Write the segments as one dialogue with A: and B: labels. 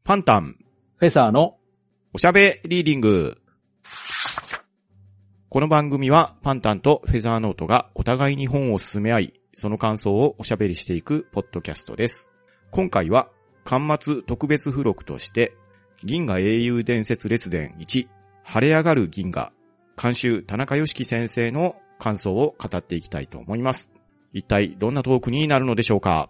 A: パンタン、
B: フェザーの
A: おしゃべリーディング。この番組はパンタンとフェザーノートがお互いに本を進め合い、その感想をおしゃべりしていくポッドキャストです。今回は、巻末特別付録として、銀河英雄伝説列伝1、晴れ上がる銀河、監修田中良樹先生の感想を語っていきたいと思います。一体どんなトークになるのでしょうか。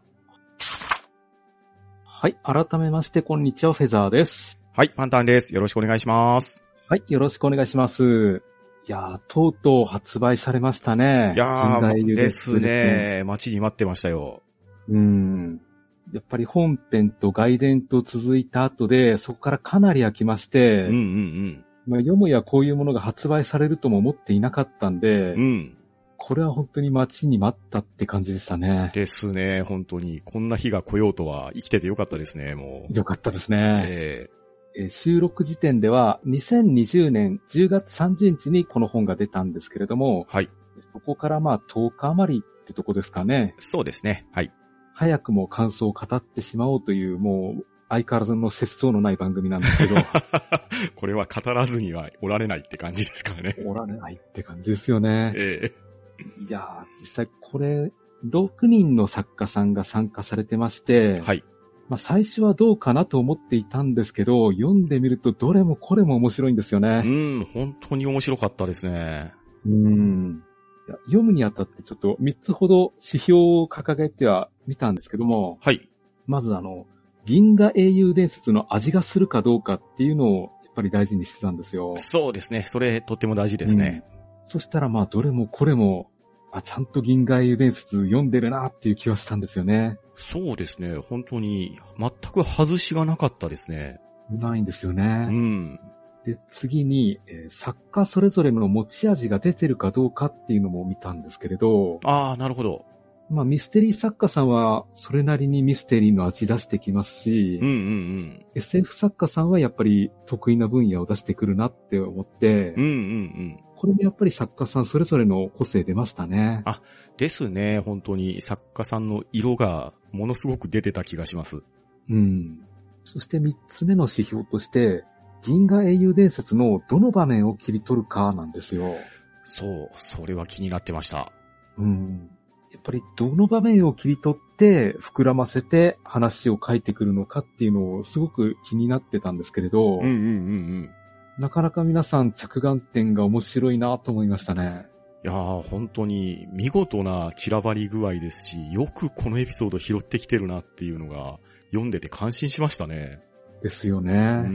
B: はい、改めましてこんにちは、フェザーです。
A: はい、パンタンです。よろしくお願いします。
B: はい、よろしくお願いします。いやー、とうとう発売されましたね。
A: いやー、ですね。待ちに待ってましたよ。
B: やっぱり本編と外伝と続いた後で、そこからかなり空きまして、よもやこういうものが発売されるとも思っていなかったんで、これは本当に待ちに待ったって感じでしたね。
A: ですね、本当に。こんな日が来ようとは生きててよかったですね、もう。
B: よかったですね。収録時点では2020年10月30日にこの本が出たんですけれども、
A: はい。
B: そこから10日余りってとこですかね。
A: そうですね、はい。
B: 早くも感想を語ってしまおうという、もう相変わらずの節操のない番組なんですけど。
A: これは語らずにはおられないって感じですからね。
B: おられないって感じですよね。いやー、実際これ、6人の作家さんが参加されてまして、
A: はい。
B: 最初はどうかなと思っていたんですけど、読んでみるとどれもこれも面白いんですよね。
A: 本当に面白かったですね。
B: 読むにあたってちょっと3つほど指標を掲げてはみたんですけども、
A: はい。
B: まず銀河英雄伝説の味がするかどうかっていうのをやっぱり大事にしてたんですよ。
A: そうですね。それとっても大事ですね。
B: そしたらどれもこれも、ちゃんと銀河英雄伝説読んでるなっていう気はしたんですよね。
A: そうですね。本当に全く外しがなかったですね。
B: ないんですよね。で、次に、作家それぞれの持ち味が出てるかどうかっていうのも見たんですけれど。
A: ああ、なるほど。
B: ミステリー作家さんはそれなりにミステリーの味出してきますし、SF 作家さんはやっぱり得意な分野を出してくるなって思って、これもやっぱり作家さんそれぞれの個性出ましたね。
A: ですね。本当に作家さんの色がものすごく出てた気がします。
B: そして3つ目の指標として、銀河英雄伝説のどの場面を切り取るかなんですよ。
A: そう、それは気になってました。
B: やっぱりどの場面を切り取って膨らませて話を書いてくるのかっていうのをすごく気になってたんですけれど、なかなか皆さん着眼点が面白いなと思いましたね。
A: いやー、本当に見事な散らばり具合ですし、よくこのエピソード拾ってきてるなっていうのが読んでて感心しましたね。
B: ですよね。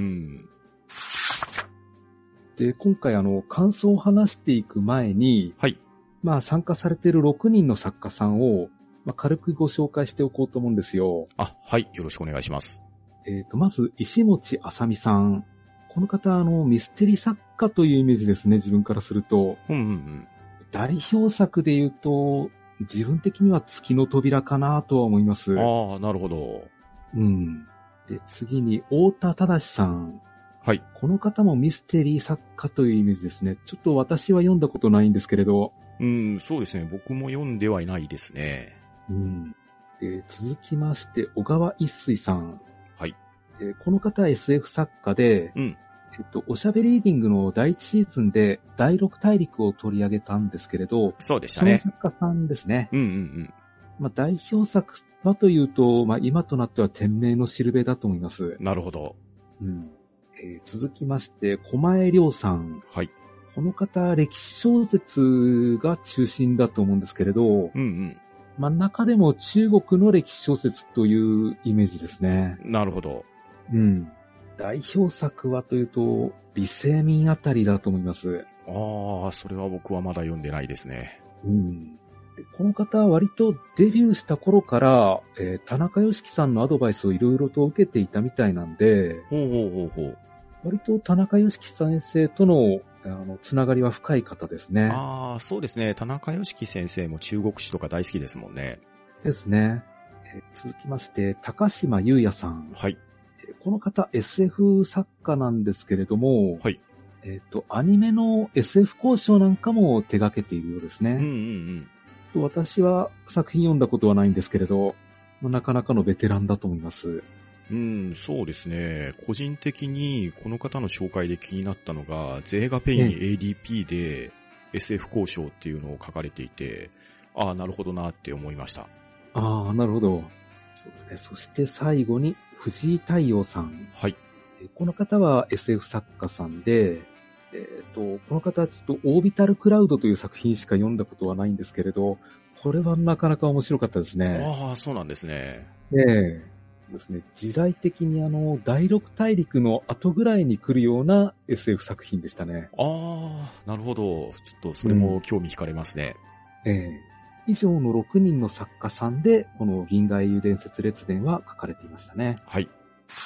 B: で、今回感想を話していく前に、
A: はい。
B: 参加されている6人の作家さんを、軽くご紹介しておこうと思うんですよ。
A: はい。よろしくお願いします。
B: まず、石持あさみさん。この方、ミステリー作家というイメージですね、自分からすると。代表作で言うと、自分的には月の扉かなとは思います。
A: なるほど。
B: で、次に、太田忠さん。
A: はい。
B: この方もミステリー作家というイメージですね。ちょっと私は読んだことないんですけれど。
A: そうですね。僕も読んではいないですね。
B: で、続きまして、小川一水さん。
A: はい。
B: この方は SF 作家で、おしゃべりリーディングの第1シーズンで第6大陸を取り上げたんですけれど、
A: そうでしたね。
B: その作家さんですね。代表作はというと、今となっては天命のしるべだと思います。
A: なるほど。
B: 続きまして、狛江亮さん。
A: はい。
B: この方、歴史小説が中心だと思うんですけれど、中でも中国の歴史小説というイメージですね。
A: なるほど。
B: 代表作はというと、美生民あたりだと思います。
A: それは僕はまだ読んでないですね。
B: でこの方は割とデビューした頃から、田中良樹さんのアドバイスをいろいろと受けていたみたいなんで、割と田中良樹先生とのつながりは深い方ですね。
A: そうですね。田中良樹先生も中国史とか大好きですもんね。
B: ですね。続きまして、高島優也さん。
A: はい。
B: この方 SF 作家なんですけれども、
A: はい。
B: アニメの SF 交渉なんかも手掛けているようですね。私は作品読んだことはないんですけれど、なかなかのベテランだと思います。
A: そうですね。個人的にこの方の紹介で気になったのが、ゼーガペイン ADP で SF 交渉っていうのを書かれていて、ああ、なるほどなって思いました。
B: ああ、なるほど。そうですね。そして最後に藤井太陽さん。
A: はい。
B: この方は SF 作家さんで、この方はちょっとオービタルクラウドという作品しか読んだことはないんですけれど、これはなかなか面白かったですね。
A: ああ、そうなんですね。
B: ですね。時代的に第六大陸の後ぐらいに来るような SF 作品でしたね。
A: ああ、なるほど。ちょっとそれも興味惹かれますね。
B: 以上の6人の作家さんで、この銀河英雄伝説列伝は書かれていましたね。
A: はい。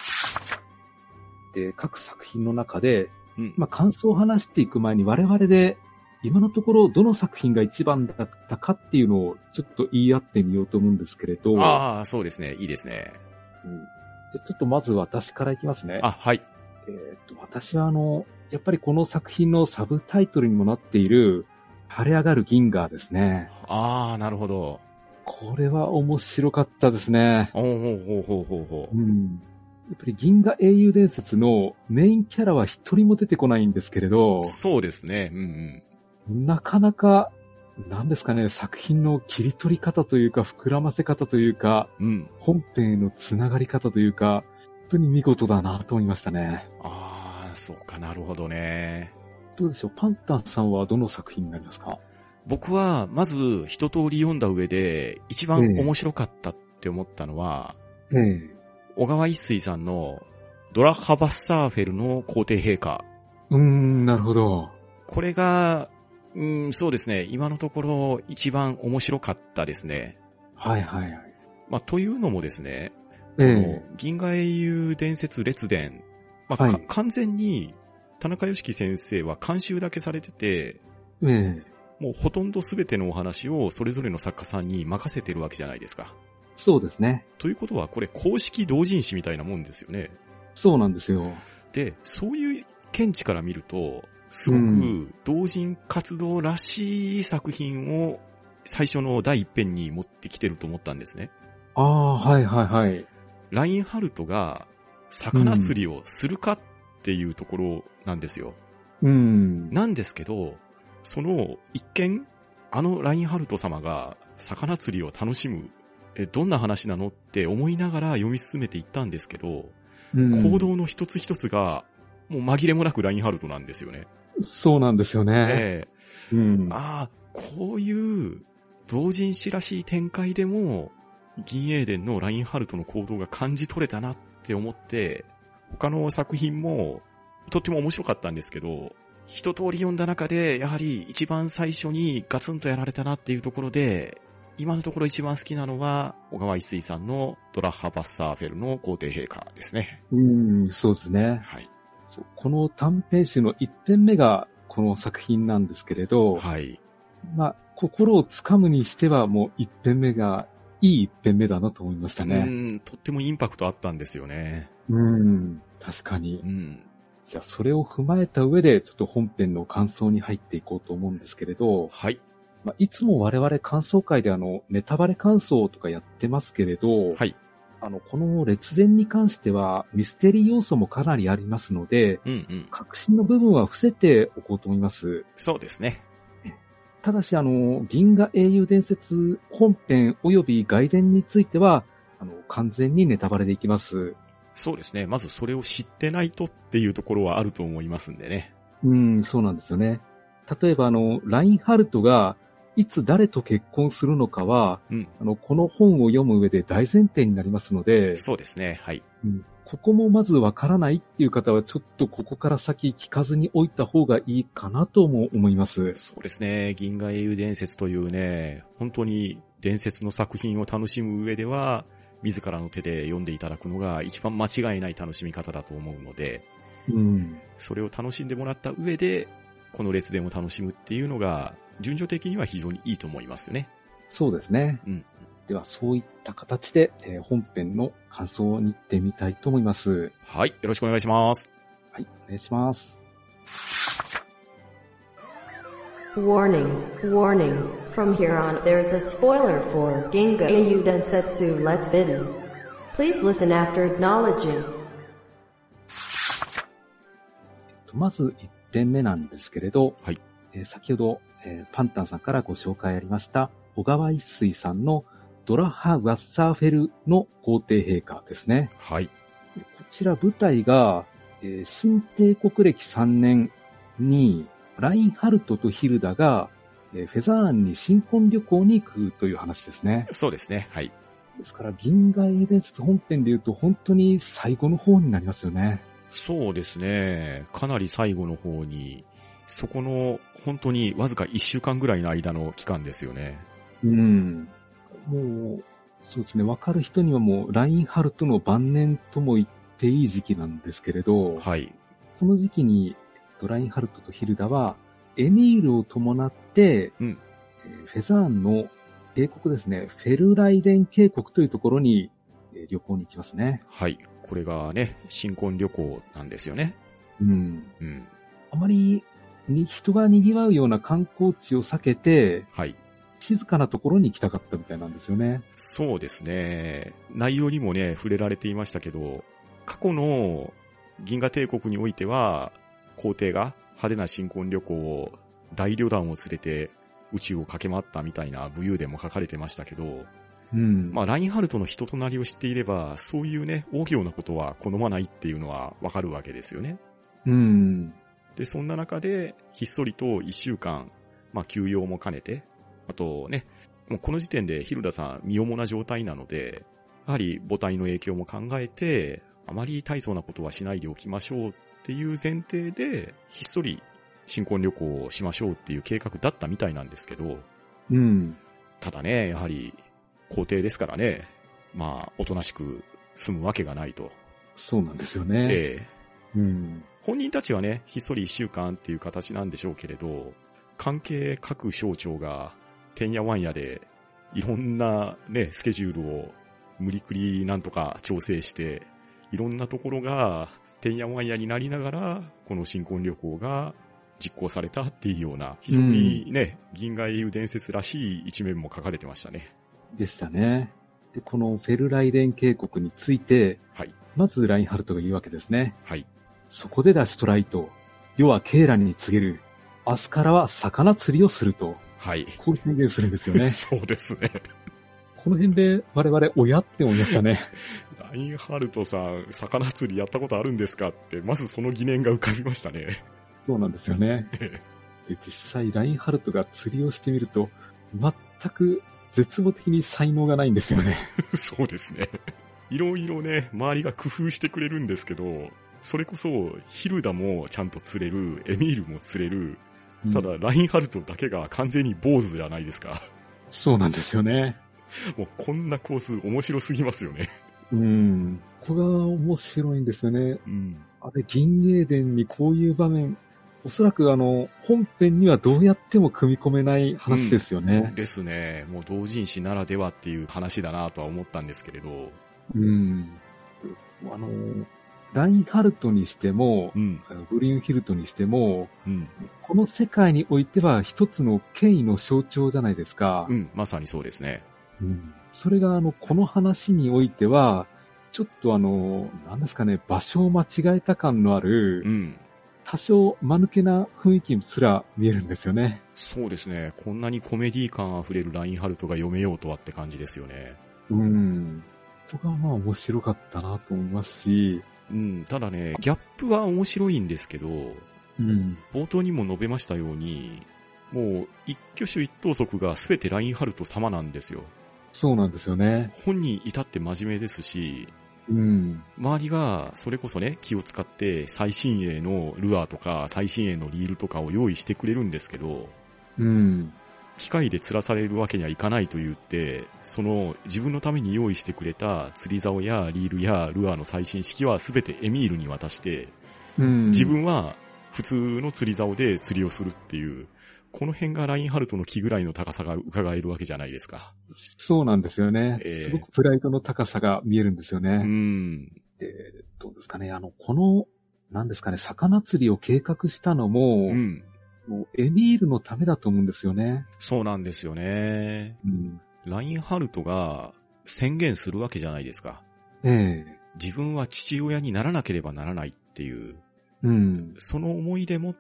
B: で、各作品の中で、感想を話していく前に我々で、今のところどの作品が一番だったかっていうのをちょっと言い合ってみようと思うんですけれど。
A: ああ、そうですね。いいですね。
B: じゃちょっとまず私からいきますね。
A: はい。
B: 私はやっぱりこの作品のサブタイトルにもなっている、晴れ上がる銀河ですね。
A: ああ、なるほど。
B: これは面白かったですね。
A: ほう。
B: やっぱり銀河英雄伝説のメインキャラは一人も出てこないんですけれど。
A: そうですね。
B: なかなか、なんですかね、作品の切り取り方というか、膨らませ方というか、本編へのつながり方というか、本当に見事だなと思いましたね。
A: ああ、そうかなるほどね。
B: どうでしょう、パンタンさんはどの作品になりますか？
A: 僕は、まず一通り読んだ上で、一番面白かったって思ったのは、小川一水さんのドラッハバッサーフェルの皇帝陛下。
B: なるほど。
A: これが、そうですね。今のところ一番面白かったですね。
B: はい。
A: というのもですね、銀河英雄伝説列伝、完全に田中良樹先生は監修だけされてて、もうほとんど全てのお話をそれぞれの作家さんに任せてるわけじゃないですか。
B: そうですね。
A: ということはこれ公式同人誌みたいなもんですよね。
B: そうなんですよ。
A: で、そういう見地から見ると、すごく同人活動らしい作品を最初の第一編に持ってきてると思ったんですね。
B: はい。
A: ラインハルトが魚釣りをするかっていうところなんですよ。なんですけど、その一見、ラインハルト様が魚釣りを楽しむ、どんな話なのって思いながら読み進めていったんですけど、行動の一つ一つがもう紛れもなくラインハルトなんですよね。
B: そうなんですよね。
A: こういう同人誌らしい展開でも銀英伝のラインハルトの行動が感じ取れたなって思って、他の作品もとっても面白かったんですけど、一通り読んだ中でやはり一番最初にガツンとやられたなっていうところで、今のところ一番好きなのは小川一水さんのドラッハバッサーフェルの皇帝陛下ですね。
B: そうですね。
A: はい。
B: この短編集の一編目がこの作品なんですけれど、心をつかむにしてはもう一編目がいい一編目だなと思いましたね。
A: とってもインパクトあったんですよね。
B: 確かに。じゃあそれを踏まえた上でちょっと本編の感想に入っていこうと思うんですけれど、いつも我々感想会でネタバレ感想とかやってますけれど、この列伝に関してはミステリー要素もかなりありますので、確信の部分は伏せておこうと思います。
A: そうですね。
B: ただし銀河英雄伝説本編及び外伝については、完全にネタバレでいきます。
A: そうですね。まずそれを知ってないとっていうところはあると思いますんでね。
B: そうなんですよね。例えばラインハルトがいつ誰と結婚するのかは、この本を読む上で大前提になりますので、
A: そうですね。はい。
B: ここもまずわからないっていう方はちょっとここから先聞かずにおいた方がいいかなとも思います。
A: そうですね。銀河英雄伝説というね、本当に伝説の作品を楽しむ上では、自らの手で読んでいただくのが一番間違いない楽しみ方だと思うので、それを楽しんでもらった上で、この列伝を楽しむっていうのが、順序的には非常にいいと思いますね。
B: そうですね。では、そういった形で、本編の感想に行ってみたいと思います。
A: はい。よろしくお願いします。
B: はい。お願いします。
C: Warning, warning. From here on, there's a spoiler for Ginga Eiyu Densetsu Let's Bidden. Please listen after acknowledging.
B: まず1点目なんですけれど、
A: はい。
B: 先ほど、パンタンさんからご紹介ありました、小川一水さんのドラハ・ワッサーフェルの皇帝陛下ですね。
A: はい。
B: こちら舞台が、新帝国歴3年に、ラインハルトとヒルダが、フェザーンに新婚旅行に行くという話ですね。
A: そうですね。はい。
B: ですから、銀河英伝説本編で言うと本当に最後の方になりますよね。
A: そうですね。かなり最後の方に、そこの本当にわずか1週間ぐらいの間の期間ですよね。
B: うん。もう、そうですね。わかる人にはもう、ラインハルトの晩年とも言っていい時期なんですけれど、
A: はい。
B: この時期に、ラインハルトとヒルダは、エミールを伴って、
A: うん。
B: フェザーンの渓谷ですね、フェルライデン渓谷というところに旅行に行きますね。
A: はい。これがね、新婚旅行なんですよね。
B: うん。
A: うん。
B: あまり人が賑わうような観光地を避けて、
A: はい。
B: 静かなところに行きたかったみたいなんですよね。
A: そうですね。内容にもね、触れられていましたけど、過去の銀河帝国においては、皇帝が派手な新婚旅行を大旅団を連れて宇宙を駆け回ったみたいな武勇伝も書かれてましたけど、
B: うん。
A: まあラインハルトの人となりを知っていれば、そういうね、大行なことは好まないっていうのはわかるわけですよね。
B: うん。
A: で、そんな中で、ひっそりと一週間、まあ休養も兼ねて、あとね、もうこの時点でヒルダさん身重な状態なので、やはり母体の影響も考えて、あまり大層なことはしないでおきましょうっていう前提で、ひっそり新婚旅行をしましょうっていう計画だったみたいなんですけど、
B: うん。
A: ただね、やはり皇帝ですからね、まあおとなしく済むわけがないと。
B: そうなんですよね。
A: ええ。
B: うん。
A: 本人たちはね、ひっそり一週間っていう形なんでしょうけれど、関係各省庁がてんやわんやでいろんなね、スケジュールを無理くりなんとか調整して、いろんなところがてんやわんやになりながら、この新婚旅行が実行されたっていうような、非常にね、銀河英雄伝説らしい一面も書かれてましたね。
B: でしたね。で、このフェルライデン渓谷について、
A: はい。
B: まずラインハルトが言うわけですね。
A: はい。
B: そこでだシュトライト、世はケーランに告げる。明日からは魚釣りをすると。
A: はい。
B: こう宣言するんですよね。
A: そうですね。
B: この辺で我々親って思いましたね。
A: ラインハルトさん、魚釣りやったことあるんですかって、まずその疑念が浮かびましたね。
B: そうなんですよね。で、実際ラインハルトが釣りをしてみると、全く絶望的に才能がないんですよね。
A: そうですね。いろいろね、周りが工夫してくれるんですけど、それこそ、ヒルダもちゃんと釣れる、エミールも釣れる、ただ、ラインハルトだけが完全に坊主じゃないですか。
B: そうなんですよね。
A: もうこんなコース面白すぎますよね。
B: ここが面白いんですよね。
A: うん。
B: あれ、銀英伝にこういう場面、おそらく本編にはどうやっても組み込めない話ですよね。
A: ですね。もう同人誌ならではっていう話だなとは思ったんですけれど。
B: ラインハルトにしても、
A: うん、
B: ブリュンヒルトにしても、
A: うん、
B: この世界においては一つの権威の象徴じゃないですか。
A: うん、まさにそうですね。
B: それがこの話においては、ちょっとなんですかね、場所を間違えた感のある、多少間抜けな雰囲気すら見えるんですよね。
A: そうですね。こんなにコメディ感あふれるラインハルトが読めようとはって感じですよね。
B: ここがまあ面白かったなと思いますし、
A: ただね、ギャップは面白いんですけど、冒頭にも述べましたように、もう一挙手一投足が全てラインハルト様なんですよ。
B: そうなんですよね。
A: 本人至って真面目ですし、周りがそれこそね、気を使って最新鋭のルアーとか最新鋭のリールとかを用意してくれるんですけど、機械で釣らされるわけにはいかないと言って、その自分のために用意してくれた釣り竿やリールやルアーの最新式は全てエミールに渡して、自分は普通の釣り竿で釣りをするっていう、この辺がラインハルトの気ぐらいの高さが伺えるわけじゃないですか。
B: そうなんですよね。すごくプライドの高さが見えるんですよね。どうですかね、この、なんですかね、魚釣りを計画したのも、もうエミールのためだと思うんですよね。
A: そうなんですよね。ラインハルトが宣言するわけじゃないですか。 自分は父親にならなければならないっていう、その思いでもって、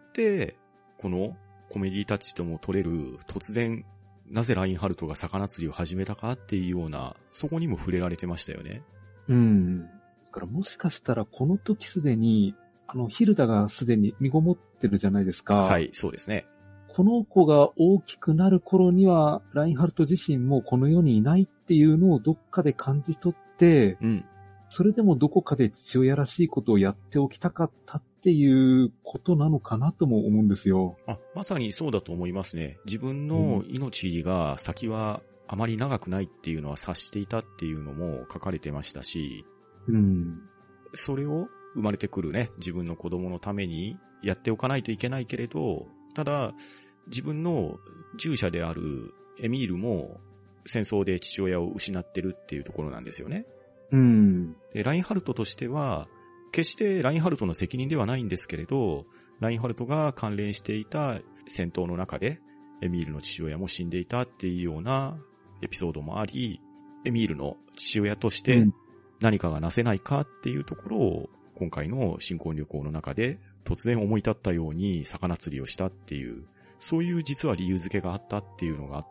A: このコメディタッチとも取れる突然、なぜラインハルトが魚釣りを始めたかっていうような、そこにも触れられてましたよね。
B: ですからもしかしたらこの時すでに、ヒルダがすでに身ごもってるじゃないですか。
A: はい、そうですね。
B: この子が大きくなる頃には、ラインハルト自身もこの世にいないっていうのをどっかで感じ取って、それでもどこかで父親らしいことをやっておきたかったっていうことなのかなとも思うんですよ。
A: まさにそうだと思いますね。自分の命が先はあまり長くないっていうのは察していたっていうのも書かれてましたし、それを生まれてくるね、自分の子供のためにやっておかないといけないけれど、ただ自分の従者であるエミールも戦争で父親を失ってるっていうところなんですよね。で、ラインハルトとしては、決してラインハルトの責任ではないんですけれど、ラインハルトが関連していた戦闘の中で、エミールの父親も死んでいたっていうようなエピソードもあり、エミールの父親として何かがなせないかっていうところを、今回の新婚旅行の中で突然思い立ったように魚釣りをしたっていう、そういう実は理由付けがあったっていうのがあって、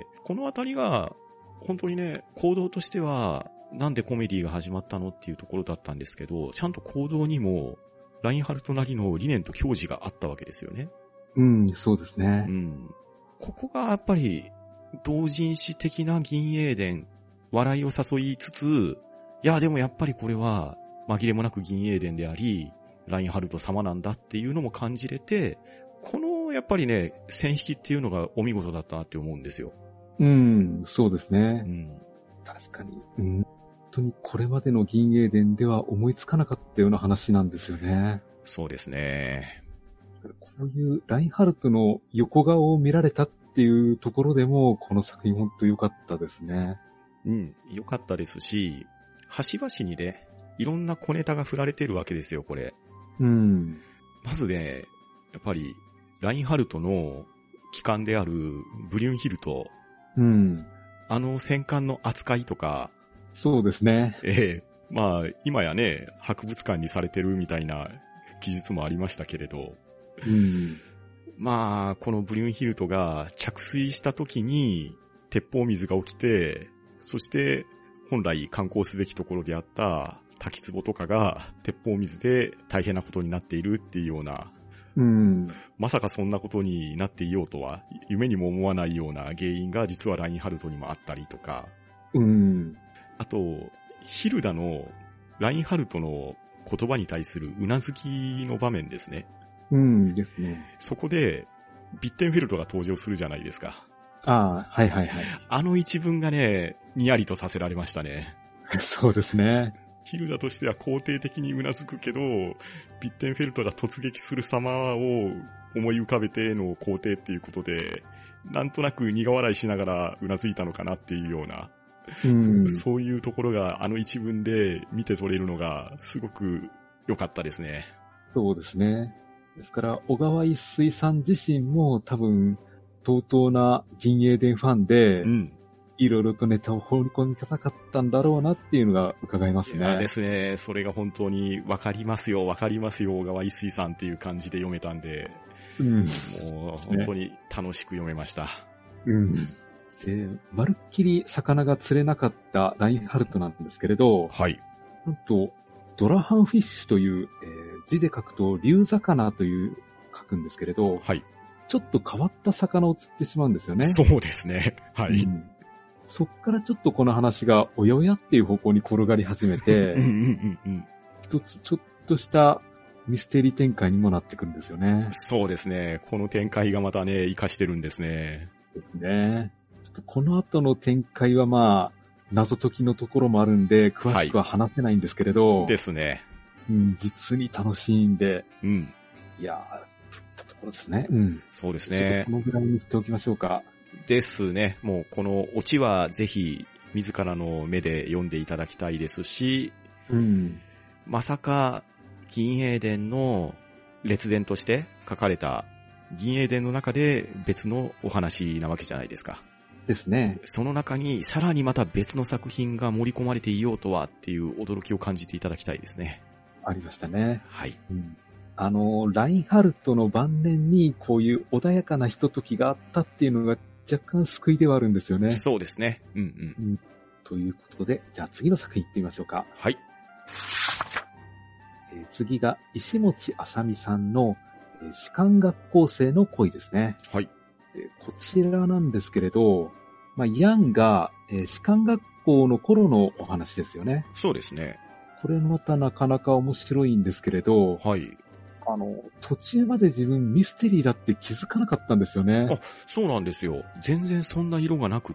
A: このあたりが本当にね、行動としてはなんでコメディが始まったのっていうところだったんですけど、ちゃんと行動にもラインハルトなりの理念と矜持があったわけですよね。
B: そうですね。
A: ここがやっぱり同人誌的な銀英伝、笑いを誘いつつ、いやでもやっぱりこれは紛れもなく銀英伝であり、ラインハルト様なんだっていうのも感じれて、このやっぱりね、線引きっていうのがお見事だったなって思うんですよ。
B: そうですね。確かに。本当にこれまでの銀英伝では思いつかなかったような話なんですよね。
A: そうですね。
B: こういうラインハルトの横顔を見られたっていうところでも、この作品本当良かったですね。
A: 良かったですし、端々にね、いろんな小ネタが振られてるわけですよ、これ。まずね、やっぱり、ラインハルトの機関であるブリュンヒルト。戦艦の扱いとか。
B: そうですね。
A: まあ、今やね、博物館にされてるみたいな記述もありましたけれど。まあ、このブリュンヒルトが着水した時に、鉄砲水が起きて、そして、本来観光すべきところであった滝壺とかが鉄砲水で大変なことになっているっていうような、まさかそんなことになっていようとは夢にも思わないような原因が実はラインハルトにもあったりとか、あとヒルダのラインハルトの言葉に対するうなずきの場面ですね。
B: ですね。
A: そこでビッテンフェルトが登場するじゃないですか。
B: はいはいはい。
A: あの一文がね、にやりとさせられましたね。
B: そうですね。
A: ヒルダとしては肯定的にうなずくけど、ビッテンフェルトが突撃する様を思い浮かべての肯定っていうことで、なんとなく苦笑いしながらうなずいたのかなっていうような、そういうところがあの一文で見て取れるのがすごく良かったですね。
B: そうですね。ですから、小川一水さん自身も多分、相当な銀英伝ファンで、いろいろとネタを放り込みたかったんだろうなっていうのが伺えますね。
A: いやですね、それが本当にわかりますよ、小川一水さんっていう感じで読めたんで、もう本当に楽しく読めました。
B: で、まるっきり魚が釣れなかったラインハルトなんですけれど、なんと、ドラハンフィッシュという、字で書くと竜魚という書くんですけれど、ちょっと変わった魚を釣ってしまうんですよね。
A: そうですね。
B: そっからちょっとこの話がおやおやっていう方向に転がり始めて、一つちょっとしたミステリー展開にもなってくるんですよね。
A: そうですね。この展開がまたね、活かしてるんですね。
B: ですね。ちょっとこの後の展開はまあ、謎解きのところもあるんで、詳しくは話せないんですけれど。
A: ですね。
B: 実に楽しいんで。いやー、といったところですね。
A: そうですね。
B: このぐらいにしておきましょうか。
A: ですね。もうこのオチはぜひ自らの目で読んでいただきたいですし、まさか銀英伝の列伝として書かれた銀英伝の中で別のお話なわけじゃないですか。
B: ですね。
A: その中にさらにまた別の作品が盛り込まれていようとはっていう驚きを感じていただきたいですね。
B: ありましたね。
A: はい。
B: ラインハルトの晩年にこういう穏やかなひとときがあったっていうのが若干救いではあるんですよね。
A: そうですね。
B: ということで、じゃあ次の作品行ってみましょうか。
A: はい。
B: 次が石持あさみさんの、士官学校生の恋ですね。
A: はい。
B: こちらなんですけれど、ヤンが、士官学校の頃のお話ですよね。
A: そうですね。
B: これまたなかなか面白いんですけれど、
A: はい。
B: 途中まで自分ミステリーだって気づかなかったんですよね。
A: あ、そうなんですよ。全然そんな色がなくって、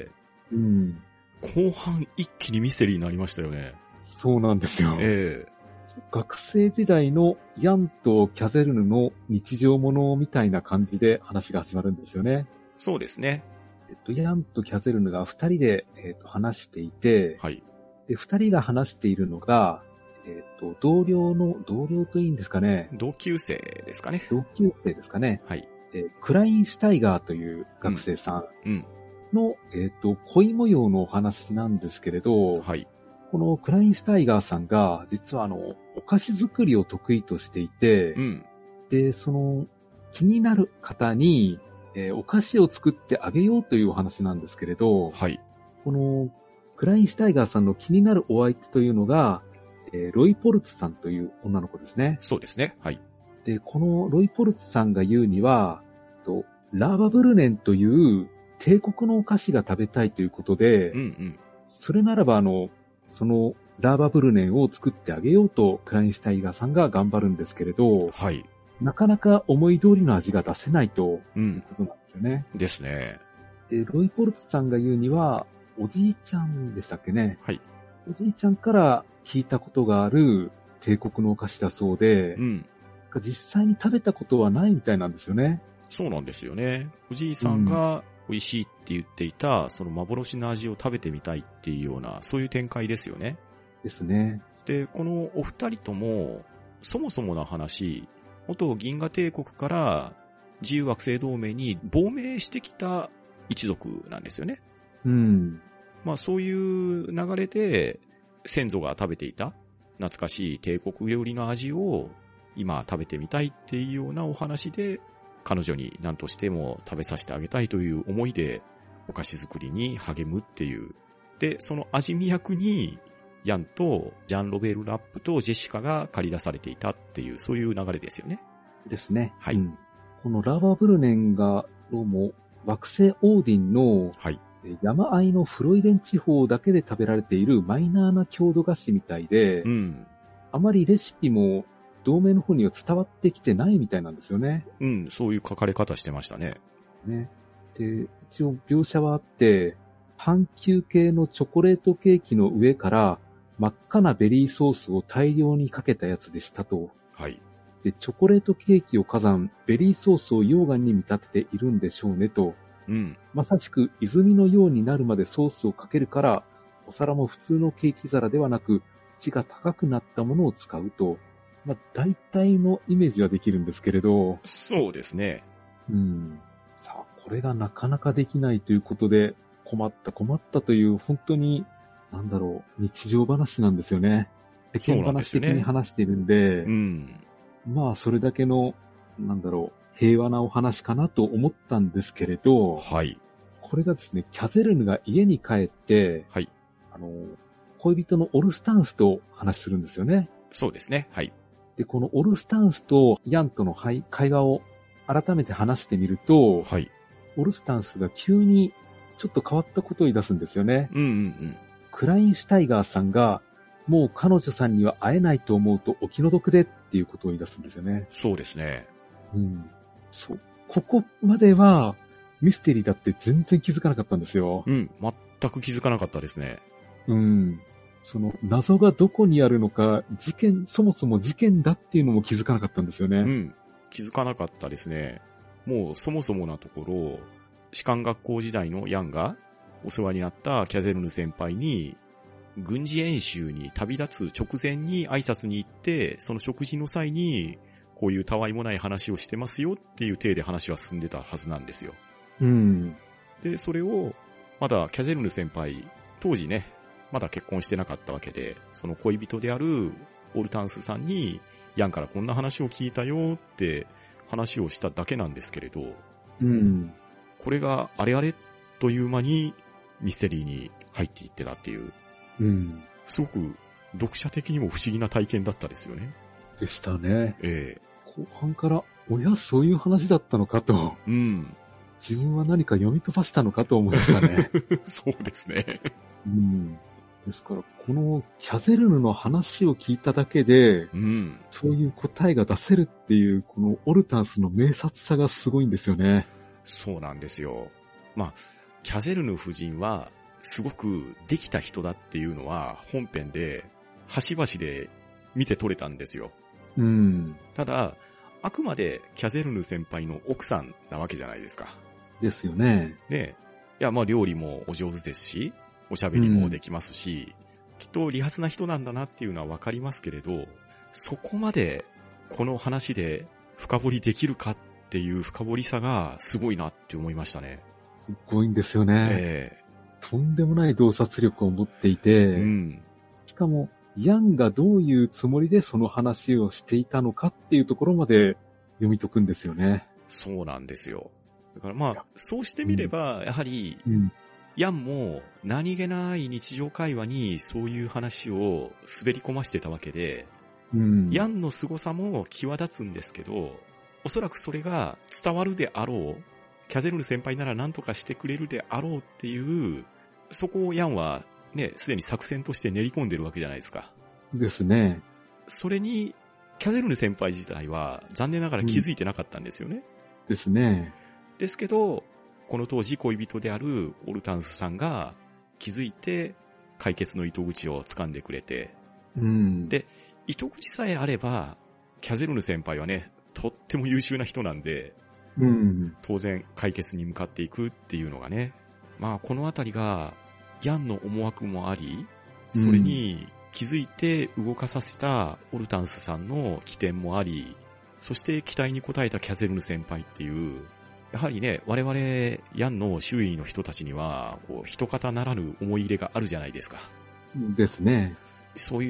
A: 後半一気にミステリーになりましたよね。
B: そうなんですよ。学生時代のヤンとキャゼルヌの日常ものみたいな感じで話が始まるんですよね。
A: そうですね。
B: ヤンとキャゼルヌが二人で、話していて、
A: はい。
B: で、二人が話しているのが、同僚といいんですかね。
A: 同級生ですかね。
B: 同級生ですかね。
A: はい。
B: クラインシュタイガーという学生さんの、恋模様のお話なんですけれど、
A: はい。
B: このクラインシュタイガーさんが、実はお菓子作りを得意としていて、で、その、気になる方に、お菓子を作ってあげようというお話なんですけれど、
A: はい。
B: この、クラインシュタイガーさんの気になるお相手というのが、ロイ・ポルツさんという女の子ですね。
A: そうですね。はい。
B: で、このロイ・ポルツさんが言うには、ラーバブルネンという帝国のお菓子が食べたいということで、それならばそのラーバブルネンを作ってあげようとクラインシュタイガーさんが頑張るんですけれど、
A: はい。
B: なかなか思い通りの味が出せないということなんですよね。
A: ですね。
B: で、ロイ・ポルツさんが言うには、おじいちゃんでしたっけね。
A: はい。
B: おじいちゃんから聞いたことがある帝国のお菓子だそうで、実際に食べたことはないみたいなんですよね。
A: そうなんですよね。おじいさんが美味しいって言っていた、その幻の味を食べてみたいっていうような、そういう展開ですよね。
B: ですね。
A: で、このお二人とも、そもそもの話、元銀河帝国から自由惑星同盟に亡命してきた一族なんですよね。そういう流れで、先祖が食べていた懐かしい帝国料理の味を今食べてみたいっていうようなお話で、彼女に何としても食べさせてあげたいという思いでお菓子作りに励むっていう。で、その味見役にヤンとジャン・ロベル・ラップとジェシカが借り出されていたっていう、そういう流れですよね。
B: ですね。
A: はい。
B: このラーバーブルネンがどうも惑星オーディンの、山あいのフロイデン地方だけで食べられているマイナーな郷土菓子みたいで、あまりレシピも同盟の方には伝わってきてないみたいなんですよね。
A: そういう書かれ方してましたね。
B: で、一応描写はあって、半球形のチョコレートケーキの上から真っ赤なベリーソースを大量にかけたやつでしたと。
A: はい。
B: で、チョコレートケーキを火山、ベリーソースを溶岩に見立てているんでしょうねと。まさしく泉のようになるまでソースをかけるから、お皿も普通のケーキ皿ではなく、質が高くなったものを使うと。大体のイメージはできるんですけれど。
A: そうですね。
B: さあ、これがなかなかできないということで、困ったという、本当に、日常話なんですよね。世間話的に話しているんで、それだけの、平和なお話かなと思ったんですけれど、これがですね、キャゼルヌが家に帰って、恋人のオルスタンスと話するんですよね。
A: そうですね。はい。
B: で、このオルスタンスとヤンとの会話を改めて話してみると、オルスタンスが急にちょっと変わったことを言い出すんですよね。クラインシュタイガーさんが、もう彼女さんには会えないと思うとお気の毒でっていうことを言い出すんですよね。
A: そうですね。
B: そう。ここまではミステリーだって全然気づかなかったんですよ。
A: 全く気づかなかったですね。
B: その謎がどこにあるのか、そもそも事件だっていうのも気づかなかったんですよね。
A: 気づかなかったですね。もうそもそもなところ、士官学校時代のヤンがお世話になったキャゼルヌ先輩に、軍事演習に旅立つ直前に挨拶に行って、その食事の際に、こういうたわいもない話をしてますよっていう体で話は進んでたはずなんですよ。 で、それを、まだキャゼルヌ先輩、当時ね、まだ結婚してなかったわけで、その恋人であるオルタンスさんに、ヤンからこんな話を聞いたよって話をしただけなんですけれど、
B: うん。
A: これがあれあれという間にミステリーに入っていってたっていう、
B: うん。
A: すごく読者的にも不思議な体験だったですよね。
B: でしたね。
A: ええ。
B: 後半から、そういう話だったのかと。
A: うん。
B: 自分は何か読み飛ばしたのかと思いましたね。
A: そうですね。
B: うん。ですから、このキャゼルヌの話を聞いただけで、
A: うん。
B: そういう答えが出せるっていう、このオルタンスの明察さがすごいんですよね。
A: そうなんですよ。まあ、キャゼルヌ夫人は、すごくできた人だっていうのは、本編で、端々で見て取れたんですよ。
B: うん。
A: ただ、あくまでキャゼルヌ先輩の奥さんなわけじゃないですか。
B: ですよね。
A: ね。いや、まあ料理もお上手ですし、おしゃべりもできますし、きっと利発な人なんだなっていうのはわかりますけれど、そこまでこの話で深掘りできるかっていう深掘りさがすごいなって思いましたね。
B: すごいんですよね。とんでもない洞察力を持っていて、
A: うん、
B: しかも、ヤンがどういうつもりでその話をしていたのかっていうところまで読み解くんですよね。
A: そうなんですよ。だからまあ、そうしてみれば、やはり、ヤンも何気ない日常会話にそういう話を滑り込ましてたわけで、ヤンの凄さも際立つんですけど、おそらくそれが伝わるであろう、キャゼルヌ先輩なら何とかしてくれるであろうっていう、そこをヤンはね、すでに作戦として練り込んでるわけじゃないですか。
B: ですね。
A: それに、キャゼルヌ先輩自体は残念ながら気づいてなかったんですよね。
B: ですね。
A: ですけど、この当時恋人であるオルタンスさんが気づいて解決の糸口を掴んでくれて、で、糸口さえあれば、キャゼルヌ先輩はね、とっても優秀な人なんで、当然解決に向かっていくっていうのがね、まあこのあたりがヤンの思惑もあり、それに気づいて動かさせたオルタンスさんの起点もあり、そして期待に応えたキャゼルヌ先輩っていう、やはりね、我々ヤンの周囲の人たちには、こう一方ならぬ思い入れがあるじゃないですか。
B: ですね。
A: そういう、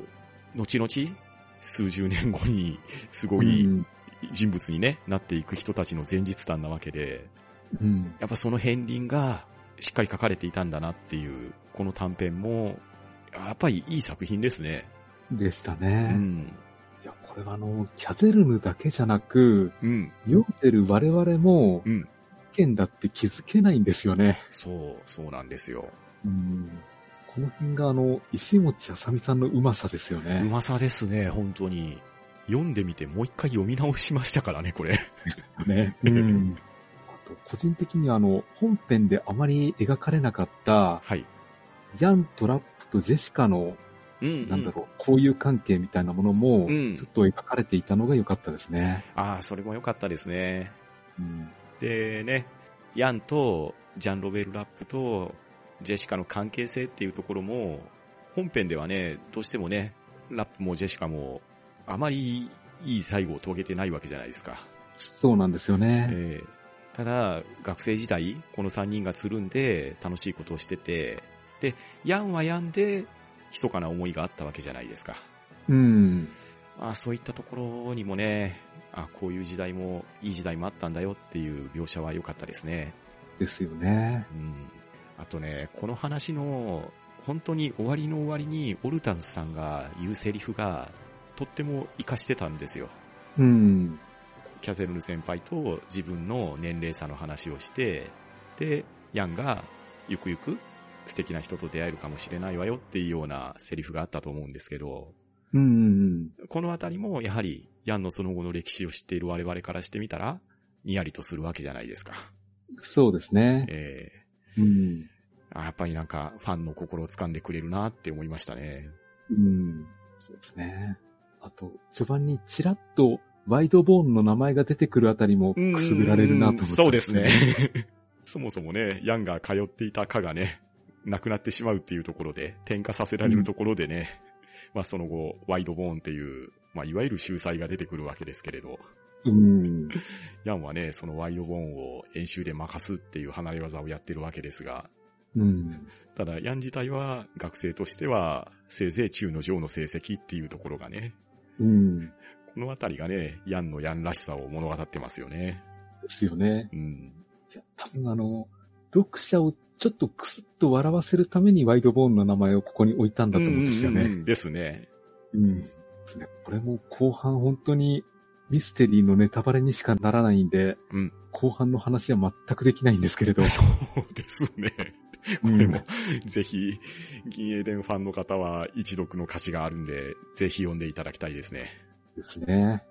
A: 後々、数十年後に、すごい人物にね、なっていく人たちの前日談なわけで、やっぱその片鱗がしっかり書かれていたんだなっていう、この短編も、やっぱりいい作品ですね。
B: でしたね。いや、これはキャゼルヌだけじゃなく、読んでる我々も、意見だって気づけないんですよね。
A: そうなんですよ。
B: この辺が石持あさみさんのうまさですよね。
A: うまさですね、本当に。読んでみてもう一回読み直しましたからね、これ。
B: ね。あと、個人的に本編であまり描かれなかった、ヤンとラップとジェシカの、交友関係みたいなものも、ずっと描かれていたのが良かったですね。
A: ああ、それも良かったですね。でね、ヤンとジャン・ロベル・ラップとジェシカの関係性っていうところも、本編ではね、どうしてもね、ラップもジェシカも、あまりいい最後を遂げてないわけじゃないですか。
B: そうなんですよね。
A: ただ、学生時代、この3人がつるんで楽しいことをしてて、で、ヤンはヤンで、密かな思いがあったわけじゃないですか。そういったところにもね、こういう時代も、いい時代もあったんだよっていう描写は良かったですね。
B: ですよね。
A: あとね、この話の、本当に終わりの終わりに、オルタンスさんが言うセリフが、とっても活かしてたんですよ。キャゼルヌ先輩と自分の年齢差の話をして、で、ヤンが、ゆくゆく、素敵な人と出会えるかもしれないわよっていうようなセリフがあったと思うんですけど、このあたりもやはりヤンのその後の歴史を知っている我々からしてみたらニヤリとするわけじゃないですか。
B: そうですね。
A: やっぱりなんかファンの心を掴んでくれるなって思いましたね。
B: そうですね。あと、序盤にチラッとワイドボーンの名前が出てくるあたりもくすぐられるなと思って、
A: そうですね。そもそもね、ヤンが通っていた科がね、なくなってしまうっていうところで、転化させられるところでね、その後、ワイドボーンっていう、いわゆる秀才が出てくるわけですけれど、 ヤンはね、そのワイドボーンを演習で任すっていう離れ技をやってるわけですが、ただヤン自体は学生としてはせいぜい中の上の成績っていうところがね、このあたりがね、ヤンのヤンらしさを物語ってますよね。
B: ですよね。いや、多分読者をちょっとクスッと笑わせるためにワイドボーンの名前をここに置いたんだと思うんですよね。
A: ですね。
B: これも後半本当にミステリーのネタバレにしかならないんで、後半の話は全くできないんですけれど。
A: そうですね。これも、ぜひ、銀英伝ファンの方は一読の価値があるんで、ぜひ読んでいただきたいですね。
B: ですね。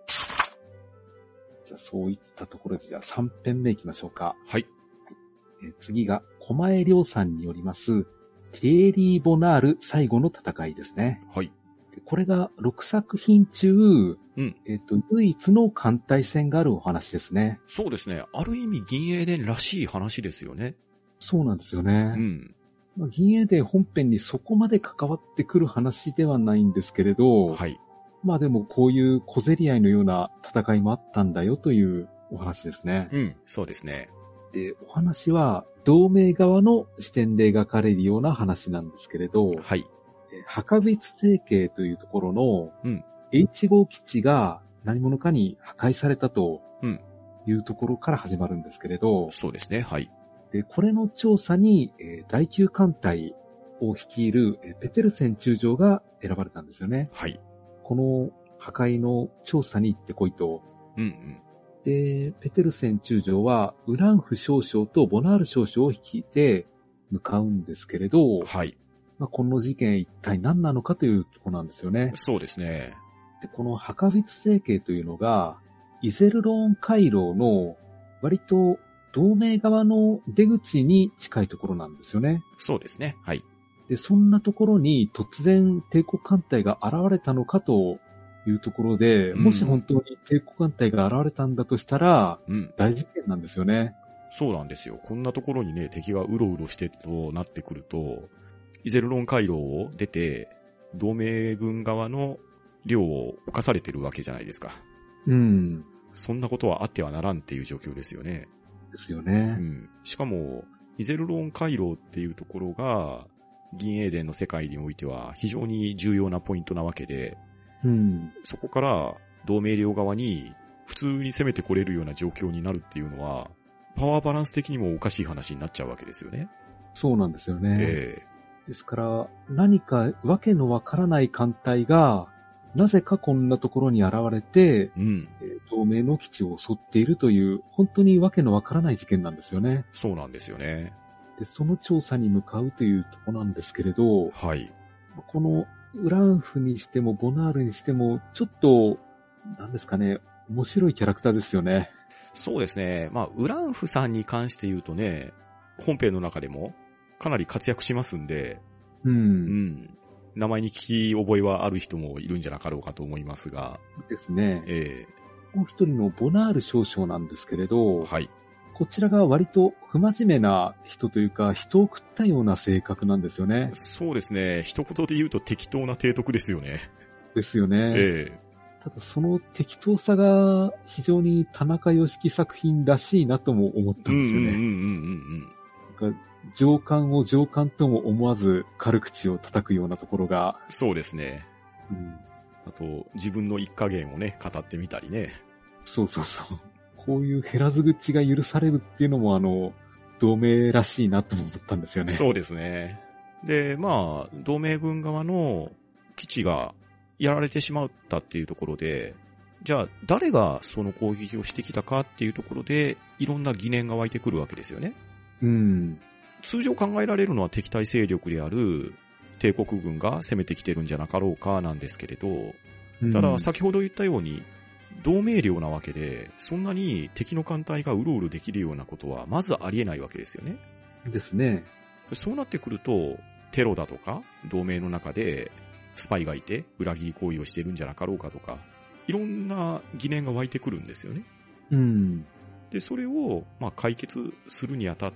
B: じゃあそういったところで、じゃあ3編目いきましょうか。
A: はい。
B: 次が、狛江亮さんによります、ティエリー・ボナール最後の戦いですね。
A: はい。
B: これが6作品中、唯一の艦隊戦があるお話ですね。
A: そうですね。ある意味銀英伝らしい話ですよね。
B: そうなんですよね。銀英伝本編にそこまで関わってくる話ではないんですけれど、
A: はい。
B: まあでもこういう小競り合いのような戦いもあったんだよというお話ですね。
A: そうですね。
B: で、お話は同盟側の視点で描かれるような話なんですけれど、
A: はい。
B: 墓別成形というところの、H 号基地が何者かに破壊されたというところから始まるんですけれど、
A: そうですね。はい。
B: で、これの調査に、第9艦隊を率いるペテルセン中将が選ばれたんですよね。
A: はい。
B: この破壊の調査に行ってこいと。で、ペテルセン中将はウランフ少将とボナール少将を率いて向かうんですけれど、
A: はい。
B: この事件一体何なのかというところなんですよね。
A: そうですね。
B: で、この墓別成形というのが、イゼルローン回廊の割と同盟側の出口に近いところなんですよね。
A: そうですね。はい。
B: で、そんなところに突然帝国艦隊が現れたのかというところで、もし本当に帝国艦隊が現れたんだとしたら、大事件なんですよね。
A: そうなんですよ。こんなところにね、敵がうろうろしてとなってくると、イゼルロン回廊を出て、同盟軍側の領を侵されてるわけじゃないですか。そんなことはあってはならんっていう状況ですよね。
B: ですよね。
A: しかも、イゼルロン回廊っていうところが、銀英伝の世界においては非常に重要なポイントなわけで、そこから同盟領側に普通に攻めてこれるような状況になるっていうのは、パワーバランス的にもおかしい話になっちゃうわけですよね。
B: そうなんですよね。ですから、何かわけのわからない艦隊が、なぜかこんなところに現れて、同盟の基地を襲っているという、本当にわけのわからない事件なんですよね。
A: そうなんですよね。
B: で、その調査に向かうというところなんですけれど、
A: はい。
B: このウランフにしてもボナールにしても、ちょっと、なんですかね、面白いキャラクターですよね。
A: そうですね。ウランフさんに関して言うとね、本編の中でもかなり活躍しますんで、名前に聞き覚えはある人もいるんじゃなかろうかと思いますが。
B: ですね。もう一人のボナール少将なんですけれど、
A: はい。
B: こちらが割と不真面目な人というか、人を食ったような性格なんですよね。
A: そうですね。一言で言うと適当な提督ですよね。
B: ですよね。ただその適当さが非常に田中良樹作品らしいなとも思ったんですよね。上官を上官とも思わず軽口を叩くようなところが。
A: そうですね。あと、自分の一加減をね、語ってみたりね。
B: そう。こういう減らず口が許されるっていうのも同盟らしいなと思ったんですよね。
A: そうですね。で、同盟軍側の基地がやられてしまったっていうところで、じゃあ誰がその攻撃をしてきたかっていうところで、いろんな疑念が湧いてくるわけですよね。通常考えられるのは敵対勢力である帝国軍が攻めてきてるんじゃなかろうかなんですけれど、ただ先ほど言ったように同盟領なわけで、そんなに敵の艦隊がうろうろできるようなことはまずありえないわけですよね。
B: ですね。
A: そうなってくると、テロだとか同盟の中でスパイがいて裏切り行為をしてるんじゃなかろうかとか、いろんな疑念が湧いてくるんですよね。で、それを解決するにあたって、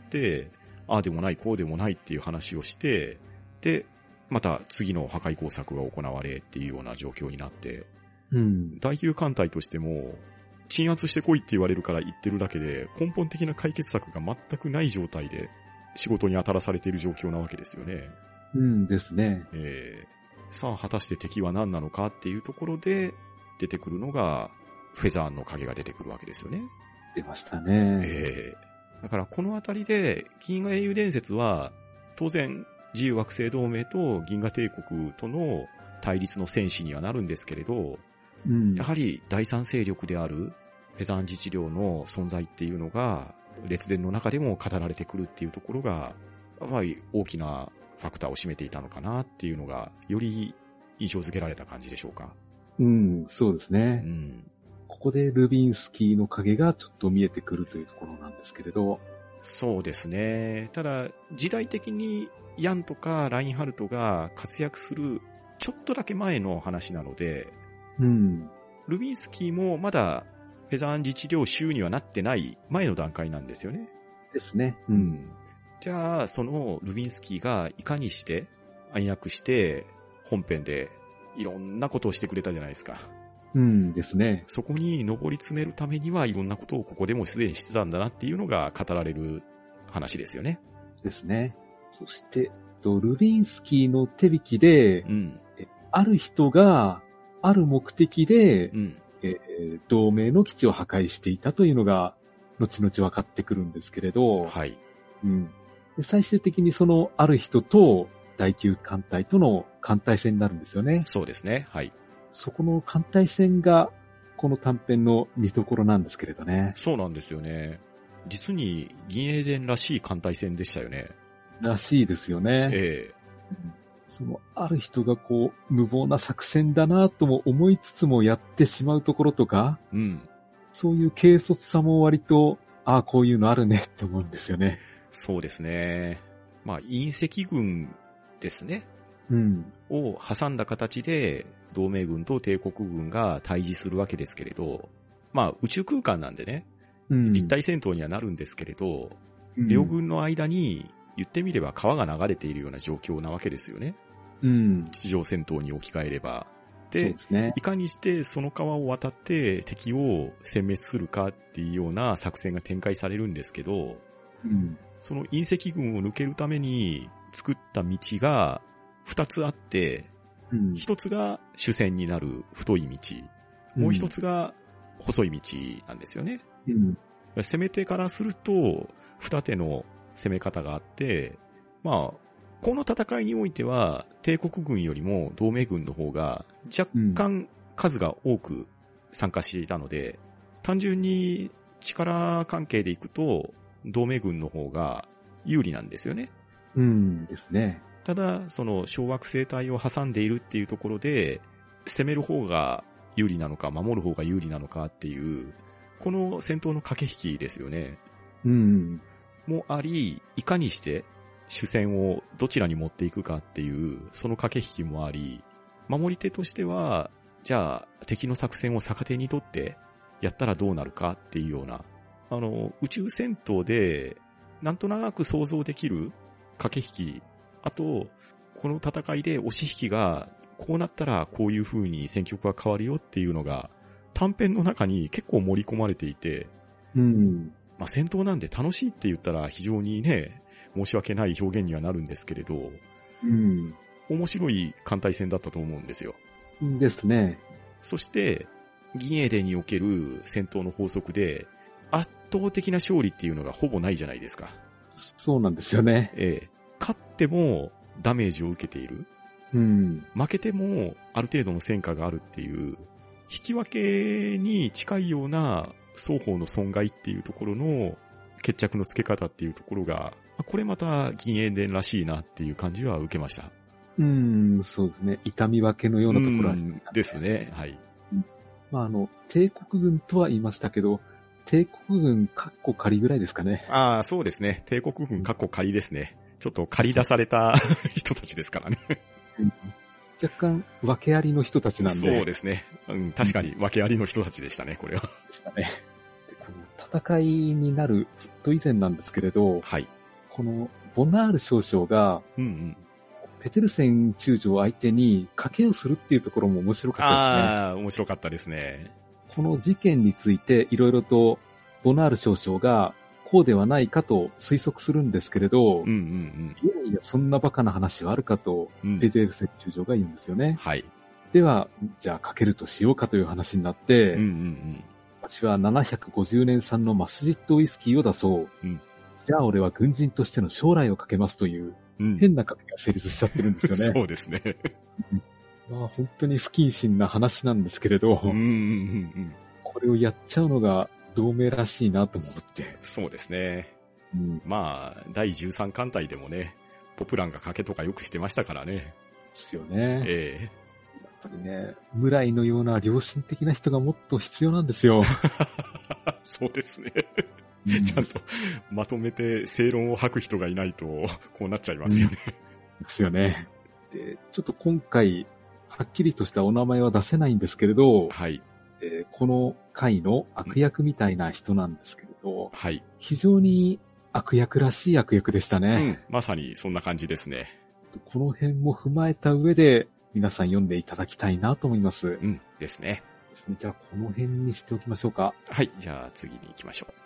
A: ああでもないこうでもないっていう話をして、で、また次の破壊工作が行われっていうような状況になって、第9艦隊としても鎮圧してこいって言われるから言ってるだけで、根本的な解決策が全くない状態で仕事に当たらされている状況なわけですよね。
B: うんですね。
A: さあ、果たして敵は何なのかっていうところで出てくるのが、フェザーンの影が出てくるわけですよね。
B: 出ましたね。
A: だからこのあたりで、銀河英雄伝説は、当然、自由惑星同盟と銀河帝国との対立の戦士にはなるんですけれど、
B: うん、
A: やはり第三勢力であるフェザーン自治領の存在っていうのが、列伝の中でも語られてくるっていうところが、やっぱり大きなファクターを占めていたのかなっていうのが、より印象付けられた感じでしょうか。
B: うん、そうですね。
A: うん、
B: ここでルビンスキーの影がちょっと見えてくるというところなんですけれど。
A: そうですね。ただ、時代的にヤンとかラインハルトが活躍するちょっとだけ前の話なので、
B: うん、
A: ルビンスキーもまだフェザーン自治領州にはなってない前の段階なんですよね。
B: ですね。
A: うん。じゃあ、そのルビンスキーがいかにして暗躍して本編でいろんなことをしてくれたじゃないですか。
B: うんですね。
A: そこに上り詰めるためにはいろんなことをここでもすでにしてたんだなっていうのが語られる話ですよね。
B: ですね。そして、ルビンスキーの手引きで、
A: うん、
B: ある人がある目的で、
A: うん、
B: 同盟の基地を破壊していたというのが後々分かってくるんですけれど、
A: はい。
B: うん。で最終的にそのある人と第9艦隊との艦隊戦になるんですよね。
A: そうですね。はい。
B: そこの艦隊戦がこの短編の見どころなんですけれどね。
A: そうなんですよね。実に銀英伝らしい艦隊戦でしたよね。
B: らしいですよね。そのある人がこう無謀な作戦だなとも思いつつもやってしまうところとか、
A: うん、
B: そういう軽率さも割と、ああ、こういうのあるねって思うんですよね。
A: そうですね。まあ、隕石軍ですね。
B: うん。
A: を挟んだ形で、同盟軍と帝国軍が対峙するわけですけれど、まあ、宇宙空間なんでね、
B: うん、
A: 立体戦闘にはなるんですけれど、
B: うん、
A: 両軍の間に言ってみれば川が流れているような状況なわけですよね。
B: うん。
A: 地上戦闘に置き換えれば。で、
B: そうですね、
A: いかにしてその川を渡って敵を殲滅するかっていうような作戦が展開されるんですけど、
B: うん、そ
A: の隕石軍を抜けるために作った道が2つあって、
B: うん、
A: 1つが主戦になる太い道、もう1つが細い道なんですよね。
B: うん、
A: 攻め手からすると二手の攻め方があって、まあ、この戦いにおいては帝国軍よりも同盟軍の方が若干数が多く参加していたので、単純に力関係でいくと同盟軍の方が有利なんですよね。
B: うんですね。
A: ただ、その小惑星帯を挟んでいるっていうところで、攻める方が有利なのか守る方が有利なのかっていう、この戦闘の駆け引きですよね。
B: うん。
A: もあり、いかにして主戦をどちらに持っていくかっていう、その駆け引きもあり、守り手としては、じゃあ敵の作戦を逆手にとってやったらどうなるかっていうような、宇宙戦闘でなんとなく想像できる駆け引き、あと、この戦いで押し引きがこうなったらこういう風に戦局が変わるよっていうのが短編の中に結構盛り込まれていて、
B: うん。
A: まあ、戦闘なんで楽しいって言ったら非常にね、申し訳ない表現にはなるんですけれど、
B: うん。
A: 面白い艦隊戦だったと思うんですよ。
B: ですね。
A: そして、銀英伝における戦闘の法則で、圧倒的な勝利っていうのがほぼないじゃないですか。
B: そうなんですよね。
A: 勝ってもダメージを受けている。
B: うん。
A: 負けてもある程度の戦果があるっていう、引き分けに近いような双方の損害っていうところの決着のつけ方っていうところが、これまた銀英伝らしいなっていう感じは受けました。
B: そうですね。痛み分けのようなところは、
A: ですね。はい。
B: まあ、帝国軍とは言いましたけど、帝国軍カッコ仮ぐらいですかね。
A: ああ、そうですね。帝国軍カッコ仮ですね。ちょっと借り出された人たちですからね。
B: 若干、訳ありの人たちなんで。
A: そうですね。確かに訳ありの人たちでしたね、これは。
B: でしたね。でこの戦いになるずっと以前なんですけれど、
A: はい。
B: このボナール少将が、ペテルセン中将相手に賭けをするっていうところも面白かったですね。
A: ああ、面白かったですね。
B: この事件についていろいろとボナール少将がこうではないかと推測するんですけれど、いやいや、そんなバカな話はあるかと、ペテル船中将が言うんですよね。
A: はい。
B: では、じゃあかけるとしようかという話になって、私は750年産のマスジットウイスキーを出そう。じゃあ俺は軍人としての将来をかけますという、変な賭けが成立しちゃってるんですよね。
A: そうですね。
B: まあ本当に不謹慎な話なんですけれど、これをやっちゃうのが同盟らしいなと思って。
A: そうですね。まあ、第13艦隊でもね、ポプランが賭けとかよくしてましたからね。
B: ですよね。
A: や
B: っぱりね、村井のような良心的な人がもっと必要なんですよ。
A: そうですね。ちゃんとまとめて正論を吐く人がいないと、こうなっちゃいますよね。
B: ですよね。で、ちょっと今回、はっきりとしたお名前は出せないんですけれど、
A: はい。
B: この回の悪役みたいな人なんですけれど、
A: はい。
B: 非常に悪役らしい悪役でしたね。
A: まさにそんな感じですね。
B: この辺も踏まえた上で、皆さん読んでいただきたいなと思います。
A: ですね。
B: じゃあ、この辺にしておきましょうか。
A: はい。じゃあ、次に行きましょう。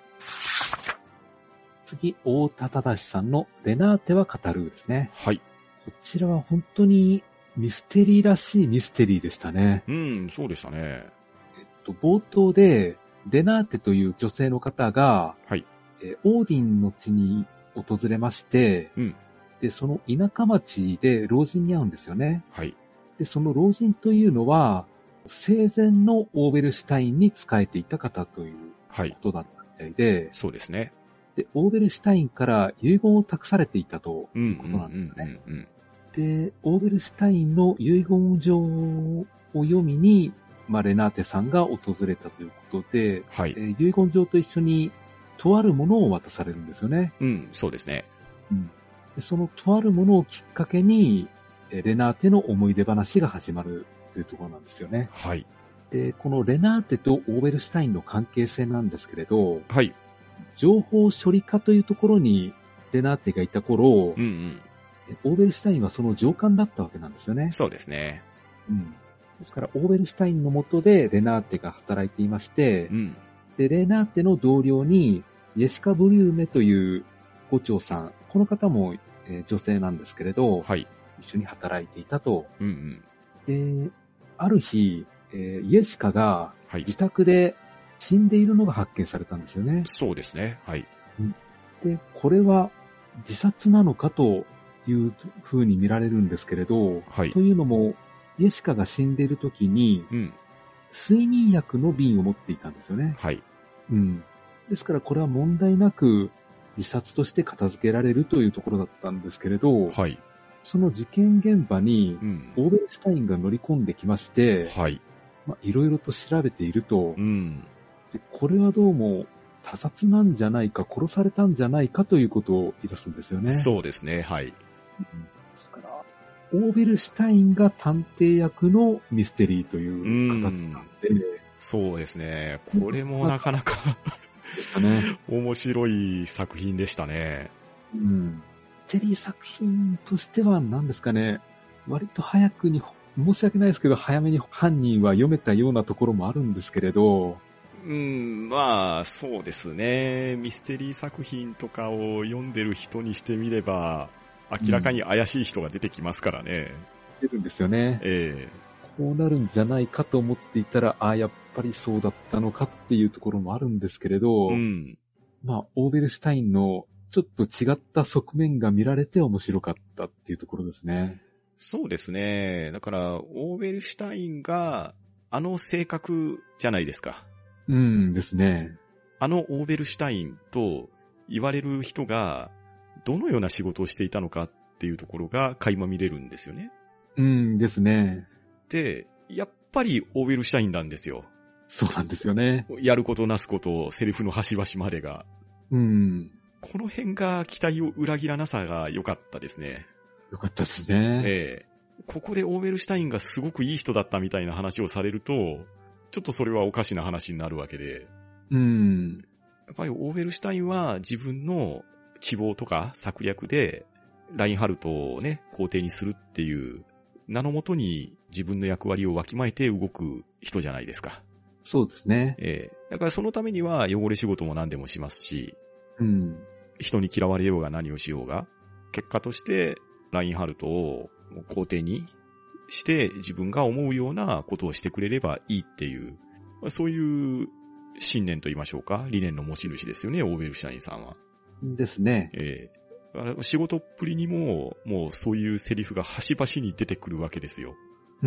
B: 次、大田忠さんのレナーテは語るですね。
A: はい。
B: こちらは本当にミステリーらしいミステリーでしたね。
A: そうでしたね。
B: 冒頭で、レナーテという女性の方が、
A: はい。
B: オーディンの地に訪れまして、で、その田舎町で老人に会うんですよね。
A: はい。
B: で、その老人というのは、生前のオーベルシュタインに仕えていた方ということだったみたいで、
A: そうですね。
B: で、オーベルシュタインから遺言を託されていたということなんですね。で、オーベルシュタインの遺言状を読みに、レナーテさんが訪れたということで、
A: はい。
B: 遺言状と一緒に、とあるものを渡されるんですよね。
A: そうですね。
B: でそのとあるものをきっかけに、レナーテの思い出話が始まるというところなんですよね。
A: はい。
B: で、このレナーテとオーベルシュタインの関係性なんですけれど、
A: はい。
B: 情報処理課というところにレナーテがいた頃、オーベルシュタインはその上官だったわけなんですよね。
A: そうですね。
B: ですから、オーベルシュタインの下でレナーテが働いていまして、で、レナーテの同僚に、イエシカ・ブリューメという伍長さん、この方も、女性なんですけれど、
A: はい。
B: 一緒に働いていたと。で、ある日、イエシカが自宅で死んでいるのが発見されたんですよね。
A: そうですね。はい。
B: で、これは自殺なのかという風に見られるんですけれど、
A: はい。
B: というのも、イエシカが死んでいる時に、睡眠薬の瓶を持っていたんですよね。
A: はい。
B: ですからこれは問題なく自殺として片付けられるというところだったんですけれど、
A: はい。
B: その事件現場に、オーベルシュタインが乗り込んできまして、
A: はい。
B: いろいろと調べていると、
A: で、
B: これはどうも他殺なんじゃないか、殺されたんじゃないかということを言い出すんですよね。
A: そうですね、はい。
B: ですから、オーベルシュタインが探偵役のミステリーという形なんで、
A: そうですね。これもなかなか面白い作品でしたね。
B: ミステリー作品としては何ですかね、割と早くに、申し訳ないですけど、早めに犯人は読めたようなところもあるんですけれど、
A: まあ、そうですね。ミステリー作品とかを読んでる人にしてみれば、明らかに怪しい人が出てきますからね。
B: 出るんですよね。こうなるんじゃないかと思っていたら、やっぱりそうだったのかっていうところもあるんですけれど、オーベルシュタインのちょっと違った側面が見られて面白かったっていうところですね。
A: そうですね。だから、オーベルシュタインが、あの性格じゃないですか。
B: ですね。
A: あのオーベルシュタインと言われる人が、どのような仕事をしていたのかっていうところが垣間見れるんですよね。
B: ですね。
A: で、やっぱりオーベルシュタインなんですよ。
B: そうなんですよね。
A: やることなすこと、セリフの端々までが。この辺が期待を裏切らなさが良かったですね。
B: 良かったですね。
A: ここでオーベルシュタインがすごくいい人だったみたいな話をされると、ちょっとそれはおかしな話になるわけで。やっぱりオーベルシュタインは自分の知謀とか策略で、ラインハルトをね、皇帝にするっていう名のもとに自分の役割をわきまえて動く人じゃないですか。
B: そうですね。
A: だからそのためには汚れ仕事も何でもしますし、
B: うん。
A: 人に嫌われようが何をしようが、結果としてラインハルトを肯定にして自分が思うようなことをしてくれればいいっていう、そういう信念と言いましょうか、理念の持ち主ですよね、オーベルシュタインさんは。
B: ですね。
A: 仕事っぷりにも、もうそういうセリフが端々に出てくるわけですよ。
B: うん。